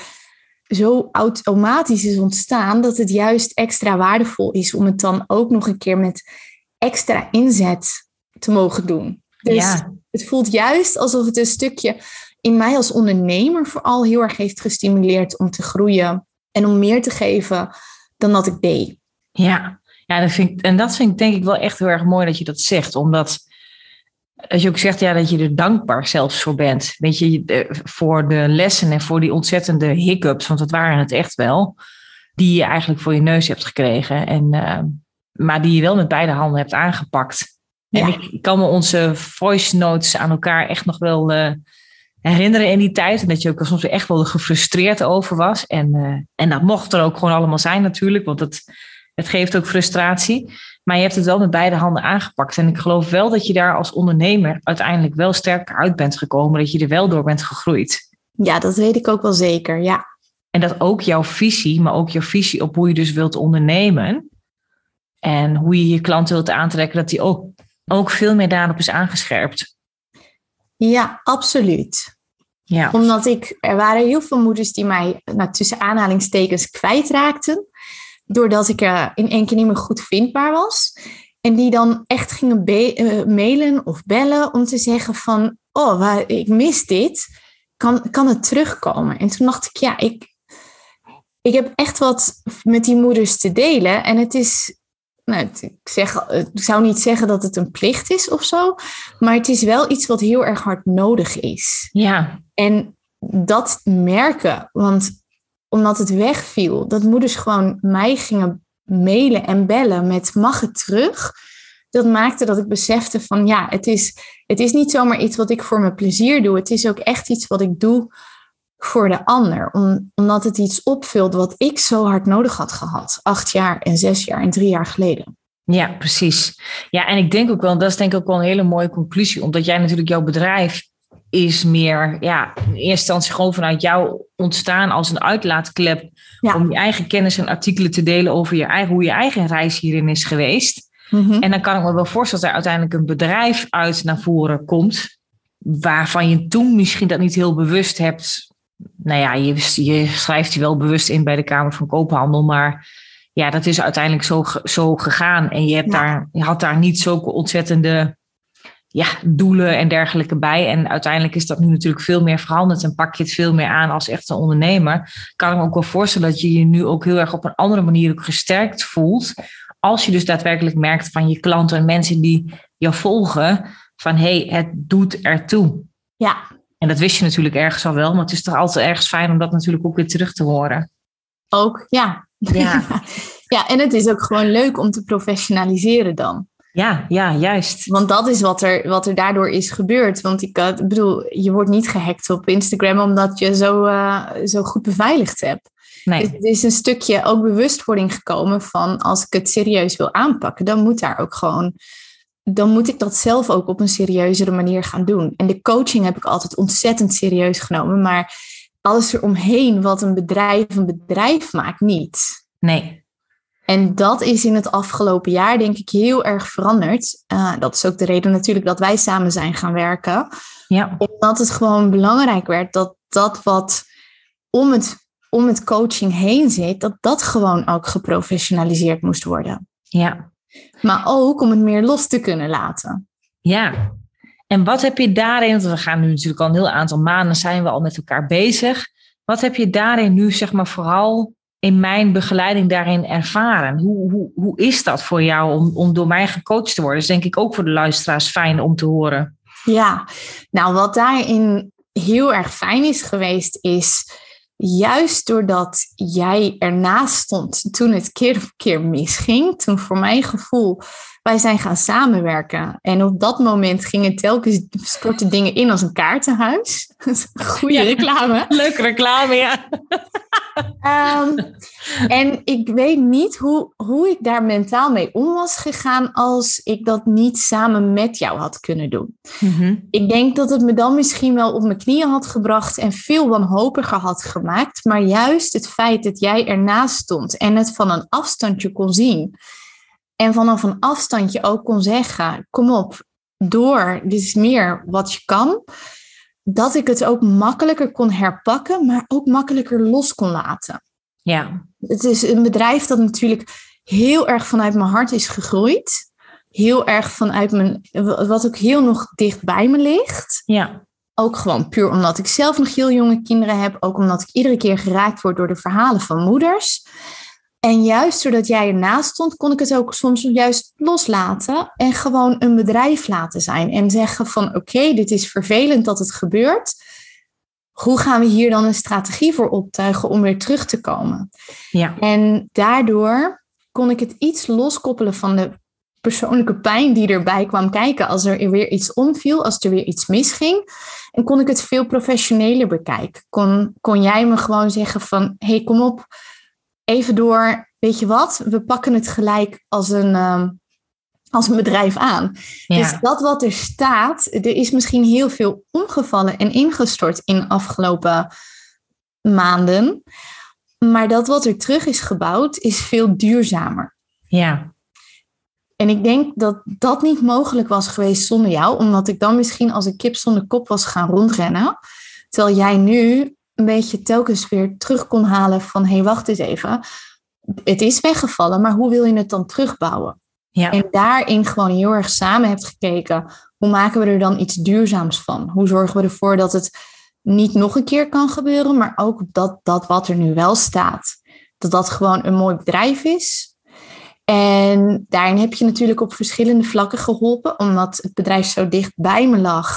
Zo automatisch is ontstaan. Dat het juist extra waardevol is om het dan ook nog een keer met extra inzet te mogen doen. Dus het voelt juist alsof het een stukje in mij als ondernemer vooral heel erg heeft gestimuleerd om te groeien. En om meer te geven dan dat ik deed. Ja, dat vind ik denk ik wel echt heel erg mooi dat je dat zegt. Omdat, als je ook zegt dat je er dankbaar zelfs voor bent. Weet je, voor de lessen en voor die ontzettende hiccups. Want dat waren het echt wel. Die je eigenlijk voor je neus hebt gekregen. Maar die je wel met beide handen hebt aangepakt. Ja. En ik kan me onze voice notes aan elkaar echt nog wel herinneren in die tijd. En dat je ook soms echt wel gefrustreerd over was. En dat mocht er ook gewoon allemaal zijn natuurlijk. Want het geeft ook frustratie. Maar je hebt het wel met beide handen aangepakt. En ik geloof wel dat je daar als ondernemer uiteindelijk wel sterker uit bent gekomen. Dat je er wel door bent gegroeid. Ja, dat weet ik ook wel zeker, ja. En dat ook jouw visie, maar ook jouw visie op hoe je dus wilt ondernemen. En hoe je je klanten wilt aantrekken, dat die ook veel meer daarop is aangescherpt. Ja, absoluut. Ja. Omdat er waren heel veel moeders die mij tussen aanhalingstekens kwijtraakten. Doordat ik in één keer niet meer goed vindbaar was. En die dan echt gingen mailen of bellen om te zeggen van... ik mis dit. Kan het terugkomen? En toen dacht ik, ik heb echt wat met die moeders te delen. En het is... ik zou niet zeggen dat het een plicht is of zo. Maar het is wel iets wat heel erg hard nodig is. Ja. En dat merken, want omdat het wegviel, dat moeders gewoon mij gingen mailen en bellen met mag het terug? Dat maakte dat ik besefte van het is niet zomaar iets wat ik voor mijn plezier doe. Het is ook echt iets wat ik doe voor de ander. Omdat het iets opvult wat ik zo hard nodig had gehad. 8 jaar en 6 jaar en 3 jaar geleden. Ja, precies. Ja, en ik denk ook wel, dat is denk ik ook wel een hele mooie conclusie. Omdat jij natuurlijk, jouw bedrijf is meer, in eerste instantie gewoon vanuit jou ontstaan als een uitlaatklep. Ja. Om je eigen kennis en artikelen te delen over hoe je eigen reis hierin is geweest. Mm-hmm. En dan kan ik me wel voorstellen dat er uiteindelijk een bedrijf uit naar voren komt. Waarvan je toen misschien dat niet heel bewust hebt. Je schrijft je wel bewust in bij de Kamer van Koophandel, maar dat is uiteindelijk zo gegaan. En je had daar niet zulke ontzettende doelen en dergelijke bij. En uiteindelijk is dat nu natuurlijk veel meer veranderd en pak je het veel meer aan als echte ondernemer. Kan ik me ook wel voorstellen dat je je nu ook heel erg op een andere manier ook gesterkt voelt. Als je dus daadwerkelijk merkt van je klanten en mensen die jou volgen, van het doet ertoe. Ja. En dat wist je natuurlijk ergens al wel, maar het is toch altijd ergens fijn om dat natuurlijk ook weer terug te horen. Ook, ja. Ja, en het is ook gewoon leuk om te professionaliseren dan. Ja, juist. Want dat is wat er daardoor is gebeurd. Want ik bedoel, je wordt niet gehackt op Instagram omdat je zo goed beveiligd hebt. Nee. Dus er is een stukje ook bewustwording gekomen van als ik het serieus wil aanpakken, dan moet ik dat zelf ook op een serieuzere manier gaan doen. En de coaching heb ik altijd ontzettend serieus genomen. Maar alles eromheen wat een bedrijf maakt, niet. Nee. En dat is in het afgelopen jaar denk ik heel erg veranderd. Dat is ook de reden natuurlijk dat wij samen zijn gaan werken. Ja. Omdat het gewoon belangrijk werd dat wat om het coaching heen zit, dat gewoon ook geprofessionaliseerd moest worden. Ja. Maar ook om het meer los te kunnen laten. Ja. En wat heb je daarin, want we gaan nu natuurlijk al een heel aantal maanden zijn we al met elkaar bezig. Wat heb je daarin nu zeg maar vooral in mijn begeleiding daarin ervaren? Hoe is dat voor jou om door mij gecoacht te worden? Dat is denk ik ook voor de luisteraars fijn om te horen. Ja, nou wat daarin heel erg fijn is geweest is juist doordat jij ernaast stond toen het keer op keer misging. Toen voor mijn gevoel wij zijn gaan samenwerken. En op dat moment gingen telkens storten dingen in als een kaartenhuis. Goeie reclame. Leuke reclame, ja. En ik weet niet hoe ik daar mentaal mee om was gegaan als ik dat niet samen met jou had kunnen doen. Mm-hmm. Ik denk dat het me dan misschien wel op mijn knieën had gebracht en veel wanhopiger had gemaakt. Maar juist het feit dat jij ernaast stond en het van een afstandje kon zien. En vanaf een afstandje ook kon zeggen, kom op, door, dit is meer wat je kan. Dat ik het ook makkelijker kon herpakken, maar ook makkelijker los kon laten. Ja. Het is een bedrijf dat natuurlijk heel erg vanuit mijn hart is gegroeid. Heel erg vanuit wat ook heel nog dicht bij me ligt. Ja. Ook gewoon puur omdat ik zelf nog heel jonge kinderen heb. Ook omdat ik iedere keer geraakt word door de verhalen van moeders. En juist doordat jij ernaast stond, kon ik het ook soms juist loslaten. En gewoon een bedrijf laten zijn. En zeggen van oké, dit is vervelend dat het gebeurt. Hoe gaan we hier dan een strategie voor optuigen om weer terug te komen? Ja. En daardoor kon ik het iets loskoppelen van de persoonlijke pijn die erbij kwam kijken als er weer iets omviel, als er weer iets misging. En kon ik het veel professioneler bekijken. Kon jij me gewoon zeggen van, hey, kom op, even door, weet je wat? We pakken het gelijk als een bedrijf aan. Ja. Dus dat wat er staat, er is misschien heel veel omgevallen en ingestort in de afgelopen maanden. Maar dat wat er terug is gebouwd, is veel duurzamer. Ja. En ik denk dat dat niet mogelijk was geweest zonder jou, omdat ik dan misschien als een kip zonder kop was gaan rondrennen. Terwijl jij nu een beetje telkens weer terug kon halen van, hé, wacht eens even. Het is weggevallen, maar hoe wil je het dan terugbouwen? Ja. En daarin gewoon heel erg samen hebt gekeken, hoe maken we er dan iets duurzaams van? Hoe zorgen we ervoor dat het niet nog een keer kan gebeuren, maar ook dat wat er nu wel staat, dat gewoon een mooi bedrijf is. En daarin heb je natuurlijk op verschillende vlakken geholpen, omdat het bedrijf zo dicht bij me lag,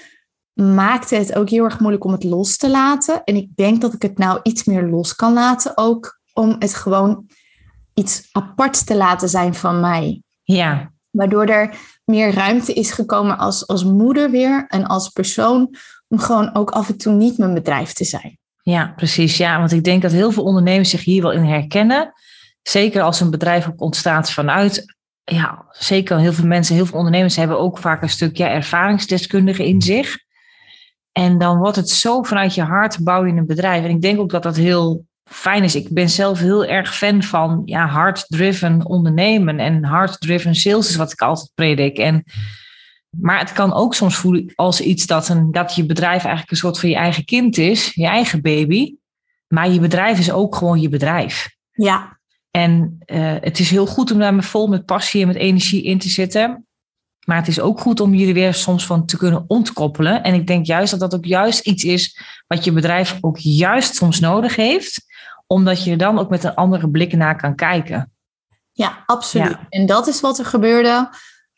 maakte het ook heel erg moeilijk om het los te laten. En ik denk dat ik het nou iets meer los kan laten, ook om het gewoon iets aparts te laten zijn van mij. Ja. Waardoor er meer ruimte is gekomen als moeder weer en als persoon, om gewoon ook af en toe niet mijn bedrijf te zijn. Ja, precies. Ja, want ik denk dat heel veel ondernemers zich hier wel in herkennen. Zeker als een bedrijf ook ontstaat vanuit, ja, zeker heel veel mensen, heel veel ondernemers hebben ook vaak een stuk ervaringsdeskundige in zich. En dan wordt het zo vanuit je hart bouw je een bedrijf. En ik denk ook dat dat heel fijn is. Ik ben zelf heel erg fan van heart-driven ondernemen. En heart-driven sales is wat ik altijd predik. Maar het kan ook soms voelen als iets dat je bedrijf eigenlijk een soort van je eigen kind is. Je eigen baby. Maar je bedrijf is ook gewoon je bedrijf. Ja. En het is heel goed om daar vol met passie en met energie in te zitten. Maar het is ook goed om jullie weer soms van te kunnen ontkoppelen. En ik denk juist dat dat ook juist iets is wat je bedrijf ook juist soms nodig heeft. Omdat je er dan ook met een andere blik naar kan kijken. Ja, absoluut. Ja. En dat is wat er gebeurde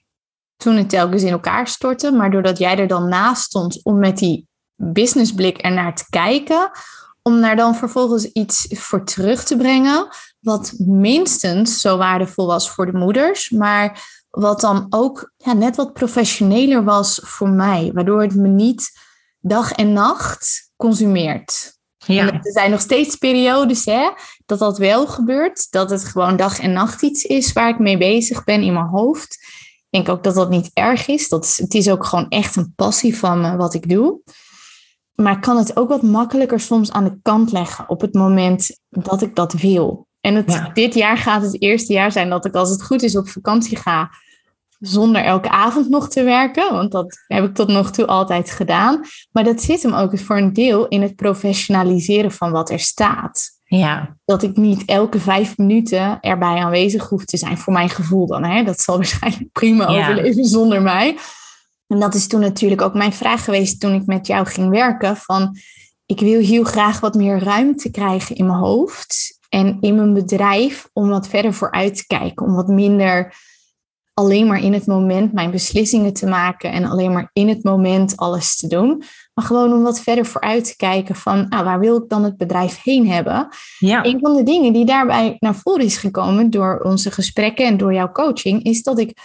toen het telkens in elkaar stortte. Maar doordat jij er dan naast stond om met die businessblik ernaar te kijken, om daar dan vervolgens iets voor terug te brengen, wat minstens zo waardevol was voor de moeders, maar wat dan ook net wat professioneler was voor mij, waardoor het me niet dag en nacht consumeert. Ja. En er zijn nog steeds periodes dat wel gebeurt, dat het gewoon dag en nacht iets is waar ik mee bezig ben in mijn hoofd. Ik denk ook dat dat niet erg is. Het is ook gewoon echt een passie van me wat ik doe. Maar ik kan het ook wat makkelijker soms aan de kant leggen op het moment dat ik dat wil. En dit jaar gaat het eerste jaar zijn dat ik, als het goed is, op vakantie ga zonder elke avond nog te werken. Want dat heb ik tot nog toe altijd gedaan. Maar dat zit hem ook voor een deel in het professionaliseren van wat er staat. Ja. Dat ik niet elke 5 minuten erbij aanwezig hoef te zijn, voor mijn gevoel dan. Dat zal waarschijnlijk prima overleven zonder mij. En dat is toen natuurlijk ook mijn vraag geweest toen ik met jou ging werken. Van, ik wil heel graag wat meer ruimte krijgen in mijn hoofd en in mijn bedrijf om wat verder vooruit te kijken. Om wat minder alleen maar in het moment mijn beslissingen te maken en alleen maar in het moment alles te doen. Maar gewoon om wat verder vooruit te kijken van, waar wil ik dan het bedrijf heen hebben? Ja. Een van de dingen die daarbij naar voren is gekomen door onze gesprekken en door jouw coaching, is dat ik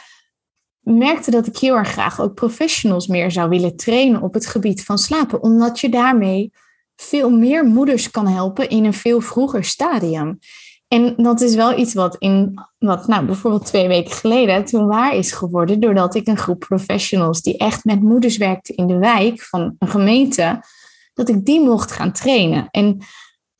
merkte dat ik heel erg graag ook professionals meer zou willen trainen op het gebied van slapen. Omdat je daarmee veel meer moeders kan helpen in een veel vroeger stadium. En dat is wel iets wat bijvoorbeeld 2 weken geleden toen waar is geworden, doordat ik een groep professionals die echt met moeders werkte in de wijk van een gemeente, dat ik die mocht gaan trainen. En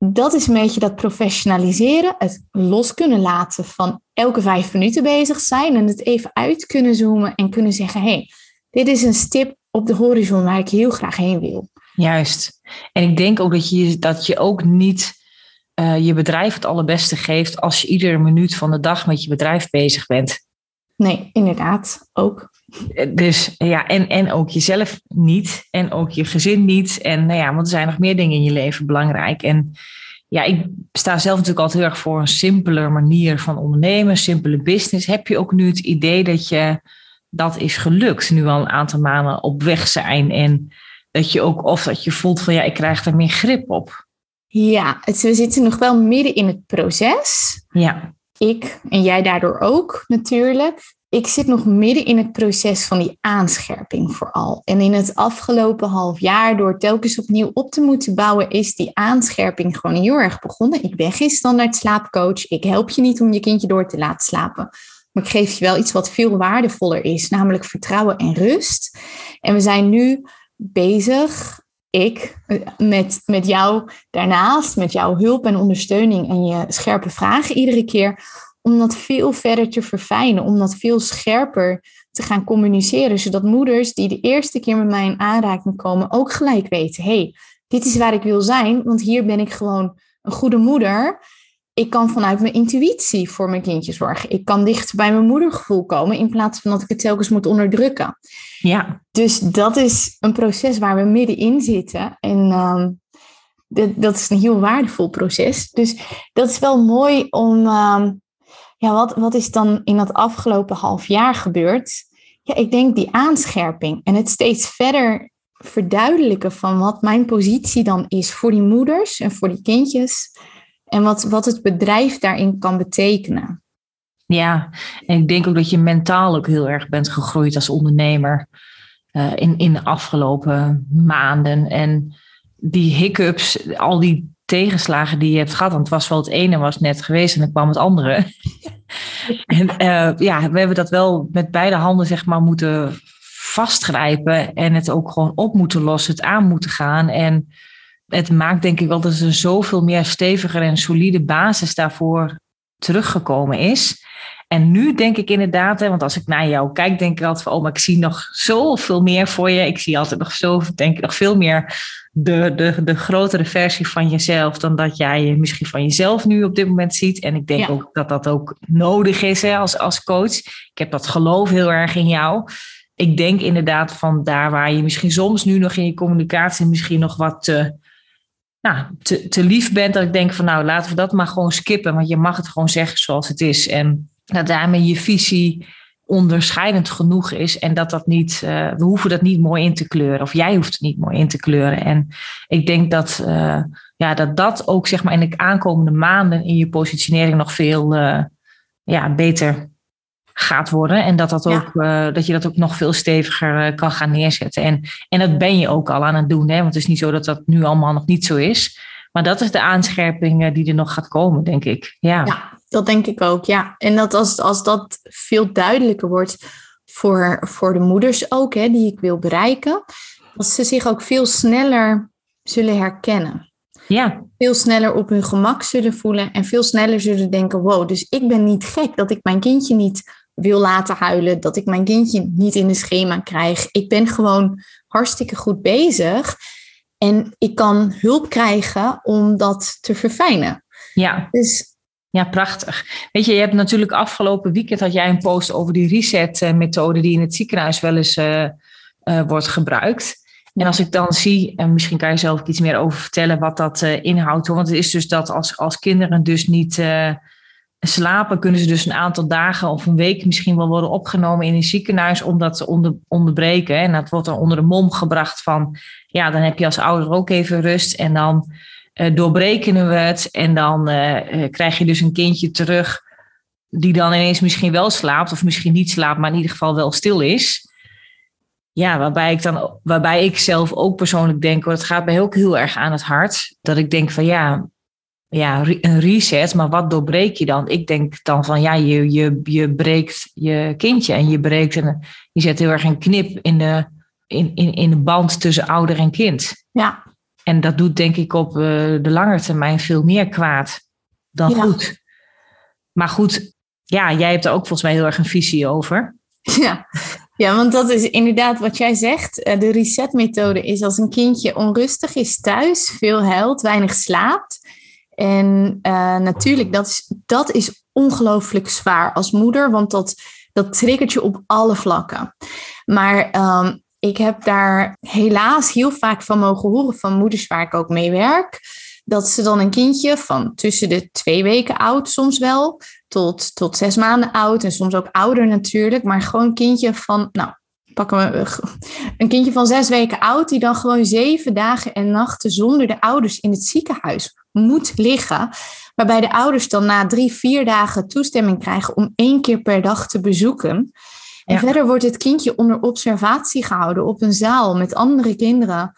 dat is een beetje dat professionaliseren. Het los kunnen laten van elke 5 minuten bezig zijn. En het even uit kunnen zoomen en kunnen zeggen, hey, dit is een stip op de horizon waar ik heel graag heen wil. Juist. En ik denk ook dat je ook niet je bedrijf het allerbeste geeft als je iedere minuut van de dag met je bedrijf bezig bent. Nee, inderdaad, ook. Dus ja, en ook jezelf niet. En ook je gezin niet. En nou ja, want er zijn nog meer dingen in je leven belangrijk. En ja, ik sta zelf natuurlijk altijd heel erg voor een simpeler manier van ondernemen. Een simpele business. Heb je ook nu het idee dat is gelukt? Nu al een aantal maanden op weg zijn. En dat je ook, of dat je voelt van ja, ik krijg er meer grip op. Ja, we zitten nog wel midden in het proces. Ja. Ik en jij daardoor ook natuurlijk. Ik zit nog midden in het proces van die aanscherping vooral. En in het afgelopen half jaar, door telkens opnieuw op te moeten bouwen, is die aanscherping gewoon heel erg begonnen. Ik ben geen standaard slaapcoach. Ik help je niet om je kindje door te laten slapen. Maar ik geef je wel iets wat veel waardevoller is, namelijk vertrouwen en rust. En we zijn nu bezig, ik met jou daarnaast, met jouw hulp en ondersteuning en je scherpe vragen iedere keer, om dat veel verder te verfijnen, om dat veel scherper te gaan communiceren, zodat moeders die de eerste keer met mij in aanraking komen ook gelijk weten, hey, dit is waar ik wil zijn, want hier ben ik gewoon een goede moeder. Ik kan vanuit mijn intuïtie voor mijn kindje zorgen. Ik kan dichter bij mijn moedergevoel komen in plaats van dat ik het telkens moet onderdrukken. Ja. Dus dat is een proces waar we middenin zitten. En dat is een heel waardevol proces. Dus dat is wel mooi om... wat is dan in dat afgelopen half jaar gebeurd? Ja, ik denk die aanscherping en het steeds verder verduidelijken van wat mijn positie dan is voor die moeders en voor die kindjes. En wat het bedrijf daarin kan betekenen. Ja, en ik denk ook dat je mentaal ook heel erg bent gegroeid als ondernemer in de afgelopen maanden. En die hiccups, al die tegenslagen die je hebt gehad, want het was wel het ene was net geweest en dan kwam het andere. En we hebben dat wel met beide handen zeg maar moeten vastgrijpen en het ook gewoon op moeten lossen, het aan moeten gaan. En het maakt denk ik wel dat er zoveel meer steviger en solide basis daarvoor teruggekomen is. En nu denk ik inderdaad, want als ik naar jou kijk, denk ik altijd van, maar ik zie nog zoveel meer voor je. Ik zie altijd nog veel meer de grotere versie van jezelf dan dat jij misschien van jezelf nu op dit moment ziet. En ik denk ook dat dat ook nodig is als coach. Ik heb dat geloof heel erg in jou. Ik denk inderdaad van daar waar je misschien soms nu nog in je communicatie misschien nog wat te lief bent, dat ik denk van laten we dat maar gewoon skippen, want je mag het gewoon zeggen zoals het is en dat daarmee je visie onderscheidend genoeg is en dat niet, we hoeven dat niet mooi in te kleuren of jij hoeft het niet mooi in te kleuren. En ik denk dat ook zeg maar in de aankomende maanden in je positionering nog veel beter gaat worden en dat je dat ook nog veel steviger kan gaan neerzetten. En dat ben je ook al aan het doen, hè? Want het is niet zo dat dat nu allemaal nog niet zo is. Maar dat is de aanscherping die er nog gaat komen, denk ik. Ja, dat denk ik ook, ja. En dat als dat veel duidelijker wordt voor de moeders ook, hè, die ik wil bereiken, dat ze zich ook veel sneller zullen herkennen. Ja. Veel sneller op hun gemak zullen voelen en veel sneller zullen denken, wow, dus ik ben niet gek dat ik mijn kindje niet wil laten huilen, dat ik mijn kindje niet in de schema krijg. Ik ben gewoon hartstikke goed bezig en ik kan hulp krijgen om dat te verfijnen. Ja. Ja, prachtig. Weet je hebt natuurlijk afgelopen weekend had jij een post over die reset-methode die in het ziekenhuis wel eens wordt gebruikt. En als ik dan zie, en misschien kan je zelf iets meer over vertellen wat dat inhoudt. Want het is dus dat als kinderen dus niet slapen, kunnen ze dus een aantal dagen of een week misschien wel worden opgenomen in een ziekenhuis om dat te onderbreken. En dat wordt dan onder de mom gebracht van, ja, dan heb je als ouder ook even rust en dan doorbreken we het. En dan krijg je dus een kindje terug die dan ineens misschien wel slaapt of misschien niet slaapt, maar in ieder geval wel stil is. Ja, waarbij ik zelf ook persoonlijk denk, het gaat mij ook heel erg aan het hart. Dat ik denk van een reset, maar wat doorbreek je dan? Ik denk dan van je breekt je kindje en je zet heel erg een knip in de band tussen ouder en kind. Ja, En dat doet denk ik op de lange termijn veel meer kwaad dan goed. Maar goed, jij hebt er ook volgens mij heel erg een visie over. Ja, want dat is inderdaad wat jij zegt. De resetmethode is als een kindje onrustig is thuis, veel huilt, weinig slaapt. En natuurlijk, dat is ongelooflijk zwaar als moeder, want dat triggert je op alle vlakken. Maar ik heb daar helaas heel vaak van mogen horen van moeders waar ik ook mee werk, dat ze dan een kindje van tussen de 2 weken oud soms wel, tot 6 maanden oud en soms ook ouder natuurlijk, maar gewoon een kindje van, een kindje van 6 weken oud die dan gewoon 7 dagen en nachten zonder de ouders in het ziekenhuis moet liggen. Waarbij de ouders dan na 3-4 dagen toestemming krijgen om 1 keer per dag te bezoeken. En verder wordt het kindje onder observatie gehouden op een zaal met andere kinderen.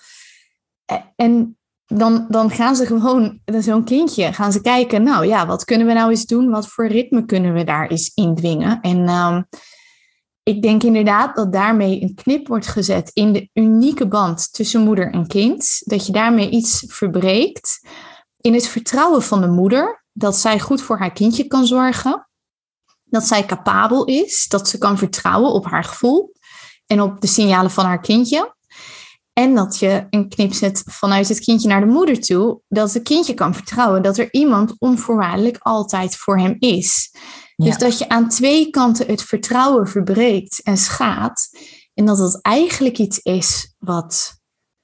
En dan gaan ze gewoon, zo'n kindje, gaan ze kijken, wat kunnen we nou eens doen? Wat voor ritme kunnen we daar eens indwingen? En ik denk inderdaad dat daarmee een knip wordt gezet in de unieke band tussen moeder en kind. Dat je daarmee iets verbreekt in het vertrouwen van de moeder. Dat zij goed voor haar kindje kan zorgen. Dat zij capabel is. Dat ze kan vertrouwen op haar gevoel. En op de signalen van haar kindje. En dat je een knip zet vanuit het kindje naar de moeder toe. Dat het kindje kan vertrouwen dat er iemand onvoorwaardelijk altijd voor hem is. Ja. Dus dat je aan 2 kanten het vertrouwen verbreekt en schaadt. En dat dat eigenlijk iets is wat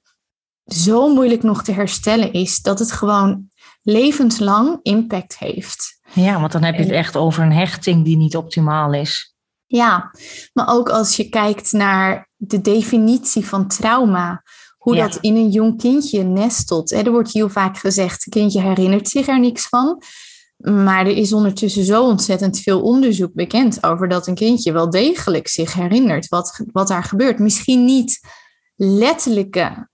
zo moeilijk nog te herstellen is. Dat het gewoon levenslang impact heeft. Ja, want dan heb je het echt over een hechting die niet optimaal is. Ja, maar ook als je kijkt naar de definitie van trauma. Hoe dat in een jong kindje nestelt. Er wordt heel vaak gezegd, het kindje herinnert zich er niks van. Maar er is ondertussen zo ontzettend veel onderzoek bekend over dat een kindje wel degelijk zich herinnert wat daar gebeurt. Misschien niet letterlijke,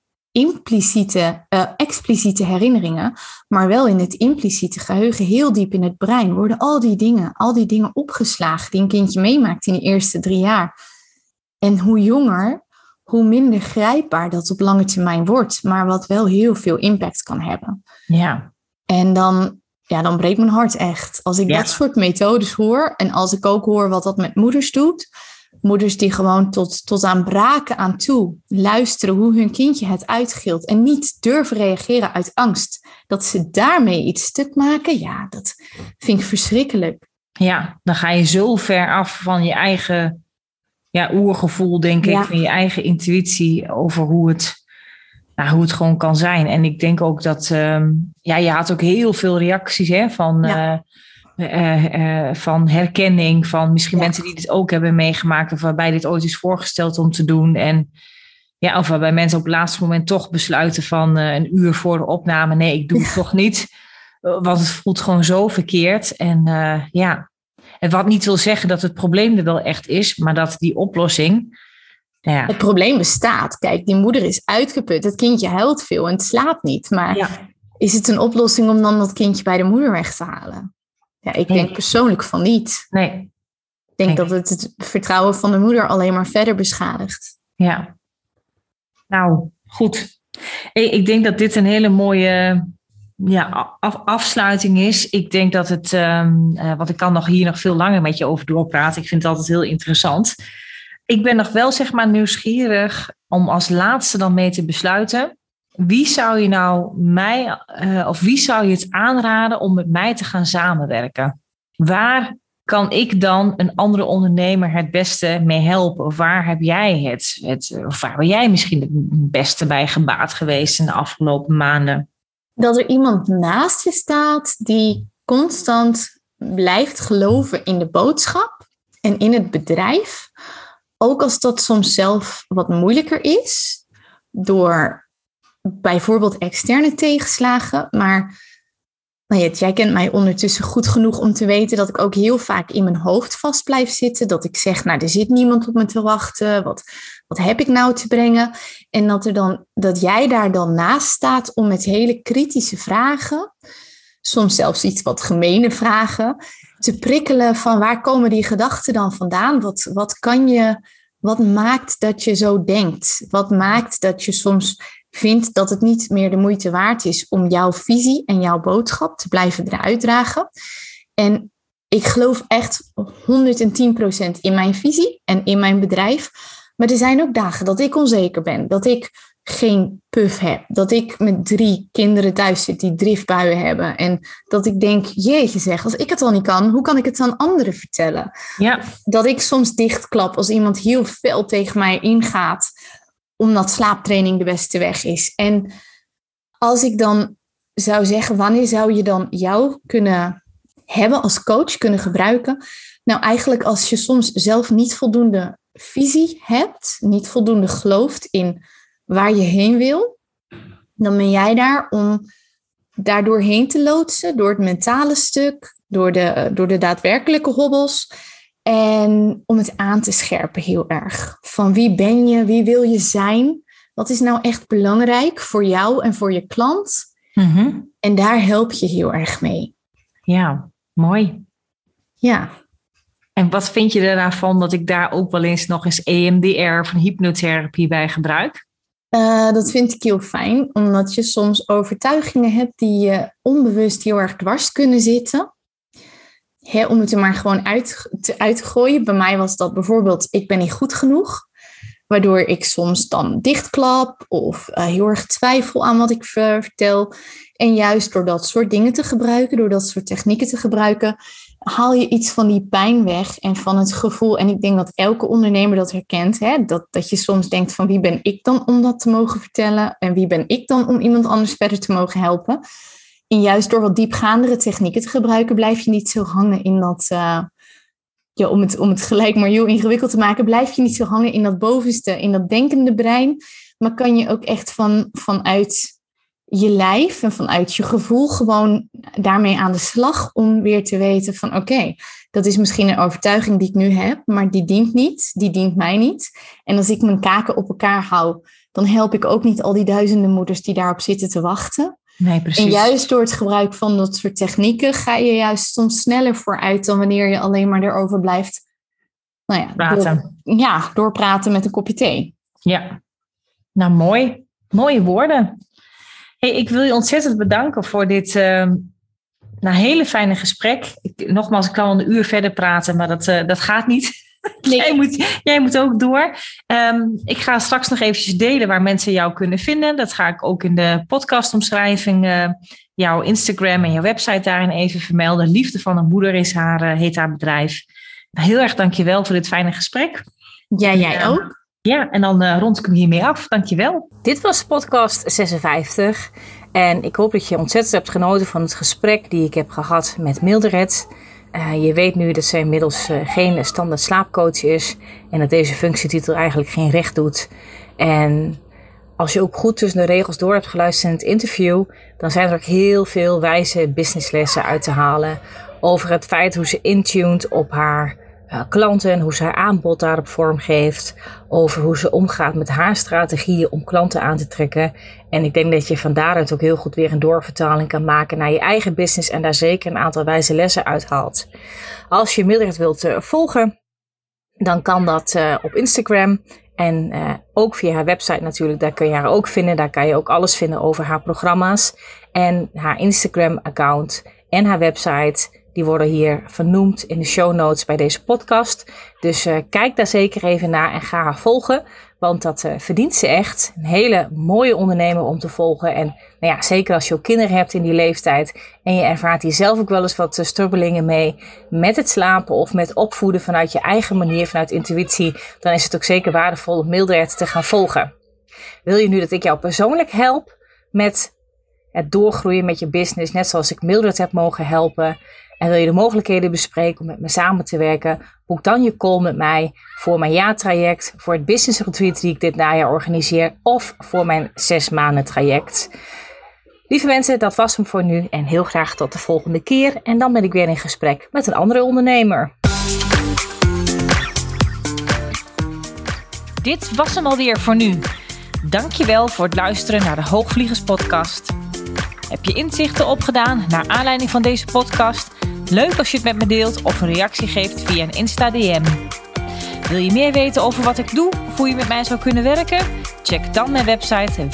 expliciete herinneringen, maar wel in het impliciete geheugen, heel diep in het brein, worden al die dingen opgeslagen die een kindje meemaakt in de eerste 3 jaar. En hoe jonger, hoe minder grijpbaar dat op lange termijn wordt, maar wat wel heel veel impact kan hebben. Ja. En dan breekt mijn hart echt. Als ik dat soort methodes hoor en als ik ook hoor wat dat met moeders doet. Moeders die gewoon tot aan braken aan toe luisteren hoe hun kindje het uitgilt en niet durven reageren uit angst. Dat ze daarmee iets stuk maken, dat vind ik verschrikkelijk. Ja, dan ga je zo ver af van je eigen oergevoel, denk ik. Van je eigen intuïtie over hoe het gewoon kan zijn. En ik denk ook dat je had ook heel veel reacties van herkenning, van misschien mensen die dit ook hebben meegemaakt of waarbij dit ooit is voorgesteld om te doen. En of waarbij mensen op het laatste moment toch besluiten van 1 uur voor de opname, nee, ik doe het toch niet. Want het voelt gewoon zo verkeerd. En en wat niet wil zeggen dat het probleem er wel echt is, maar dat die oplossing. Het probleem bestaat. Kijk, die moeder is uitgeput. Het kindje huilt veel en het slaapt niet. Maar is het een oplossing om dan dat kindje bij de moeder weg te halen? Ja, ik denk persoonlijk van niet. Nee. Ik denk dat het vertrouwen van de moeder alleen maar verder beschadigt. Ja. Nou, goed. Ik denk dat dit een hele mooie afsluiting is. Ik denk dat het, want ik kan hier nog veel langer met je over doorpraten. Ik vind het altijd heel interessant. Ik ben nog wel nieuwsgierig om als laatste dan mee te besluiten. Wie zou je nou wie zou je het aanraden om met mij te gaan samenwerken? Waar kan ik dan een andere ondernemer het beste mee helpen? Of waar heb jij of waar ben jij misschien het beste bij gebaat geweest in de afgelopen maanden? Dat er iemand naast je staat die constant blijft geloven in de boodschap en in het bedrijf. Ook als dat soms zelf wat moeilijker is, door bijvoorbeeld externe tegenslagen. Maar jij kent mij ondertussen goed genoeg om te weten dat ik ook heel vaak in mijn hoofd vast blijf zitten. Dat ik zeg, er zit niemand op me te wachten. Wat heb ik nou te brengen? En dat jij daar dan naast staat om met hele kritische vragen, soms zelfs iets wat gemene vragen, te prikkelen van waar komen die gedachten dan vandaan? Wat maakt dat je zo denkt? Wat maakt dat je soms vindt dat het niet meer de moeite waard is om jouw visie en jouw boodschap te blijven eruit dragen. En ik geloof echt 110% in mijn visie en in mijn bedrijf. Maar er zijn ook dagen dat ik onzeker ben, dat ik geen puff heb, dat ik met 3 kinderen thuis zit die driftbuien hebben en dat ik denk, jeetje zeg, als ik het al niet kan, hoe kan ik het aan anderen vertellen? Ja. Dat ik soms dichtklap als iemand heel fel tegen mij ingaat, omdat slaaptraining de beste weg is. En als ik dan zou zeggen, wanneer zou je dan jou kunnen hebben als coach, kunnen gebruiken? Nou, eigenlijk als je soms zelf niet voldoende visie hebt, niet voldoende gelooft in waar je heen wil, dan ben jij daar om daar doorheen te loodsen, door het mentale stuk, door de daadwerkelijke hobbels en om het aan te scherpen heel erg. Van wie ben je, wie wil je zijn, wat is nou echt belangrijk voor jou en voor je klant? Mm-hmm. En daar help je heel erg mee. Ja, mooi. Ja. En wat vind je er nou van dat ik daar ook wel eens nog eens EMDR of hypnotherapie bij gebruik? Dat vind ik heel fijn, omdat je soms overtuigingen hebt die je onbewust heel erg dwars kunnen zitten. Om het er maar gewoon uit te gooien. Bij mij was dat bijvoorbeeld, ik ben niet goed genoeg. Waardoor ik soms dan dichtklap of heel erg twijfel aan wat ik vertel. En juist door dat soort dingen te gebruiken, door dat soort technieken te gebruiken, haal je iets van die pijn weg en van het gevoel. En ik denk dat elke ondernemer dat herkent. Dat je soms denkt van wie ben ik dan om dat te mogen vertellen? En wie ben ik dan om iemand anders verder te mogen helpen? En juist door wat diepgaandere technieken te gebruiken, blijf je niet zo hangen in dat... om het gelijk maar heel ingewikkeld te maken, blijf je niet zo hangen in dat bovenste, in dat denkende brein. Maar kan je ook echt vanuit je lijf en vanuit je gevoel gewoon daarmee aan de slag om weer te weten van oké, dat is misschien een overtuiging die ik nu heb, maar die dient niet, die dient mij niet. En als ik mijn kaken op elkaar hou, dan help ik ook niet al die duizenden moeders die daarop zitten te wachten. Nee, precies. En juist door het gebruik van dat soort technieken ga je juist soms sneller vooruit dan wanneer je alleen maar erover blijft praten. Doorpraten met een kopje thee. Ja, nou mooi. Mooie woorden. Hey, ik wil je ontzettend bedanken voor dit hele fijne gesprek. Nogmaals, ik kan al een uur verder praten, maar dat gaat niet. Nee. Jij moet ook door. Ik ga straks nog eventjes delen waar mensen jou kunnen vinden. Dat ga ik ook in de podcastomschrijving. Jouw Instagram en jouw website daarin even vermelden. Liefde van een moeder heet haar bedrijf. Heel erg dankjewel voor dit fijne gesprek. Ja, jij ook. Ja, en dan rond ik hem hiermee af. Dankjewel. Dit was podcast 56. En ik hoop dat je ontzettend hebt genoten van het gesprek die ik heb gehad met Mildred. Je weet nu dat zij inmiddels geen standaard slaapcoach is. En dat deze functietitel eigenlijk geen recht doet. En als je ook goed tussen de regels door hebt geluisterd in het interview, dan zijn er ook heel veel wijze businesslessen uit te halen. Over het feit hoe ze intuned op haar klanten, hoe ze haar aanbod daarop vormgeeft. Over hoe ze omgaat met haar strategieën om klanten aan te trekken. En ik denk dat je van daaruit ook heel goed weer een doorvertaling kan maken naar je eigen business. En daar zeker een aantal wijze lessen uithaalt. Als je Mildred wilt volgen, dan kan dat op Instagram. En ook via haar website natuurlijk, daar kun je haar ook vinden. Daar kan je ook alles vinden over haar programma's. En haar Instagram account en haar website, die worden hier vernoemd in de show notes bij deze podcast. Dus kijk daar zeker even naar en ga haar volgen. Want dat verdient ze echt. Een hele mooie ondernemer om te volgen. En nou ja, zeker als je ook kinderen hebt in die leeftijd. En je ervaart hier zelf ook wel eens wat strubbelingen mee. Met het slapen of met opvoeden vanuit je eigen manier, vanuit intuïtie. Dan is het ook zeker waardevol om Mildred te gaan volgen. Wil je nu dat ik jou persoonlijk help met het doorgroeien met je business. Net zoals ik Mildred heb mogen helpen. En wil je de mogelijkheden bespreken om met me samen te werken, boek dan je call met mij voor mijn jaartraject, voor het business retreat die ik dit najaar organiseer of voor mijn 6 maanden traject. Lieve mensen, dat was hem voor nu en heel graag tot de volgende keer. En dan ben ik weer in gesprek met een andere ondernemer. Dit was hem alweer voor nu. Dankjewel voor het luisteren naar de Hoogvliegers podcast. Heb je inzichten opgedaan naar aanleiding van deze podcast? Leuk als je het met me deelt of een reactie geeft via een Insta DM. Wil je meer weten over wat ik doe of hoe je met mij zou kunnen werken? Check dan mijn website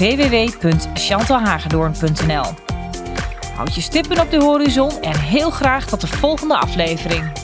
www.chantalhagedoorn.nl. Houd je stippen op de horizon en heel graag tot de volgende aflevering.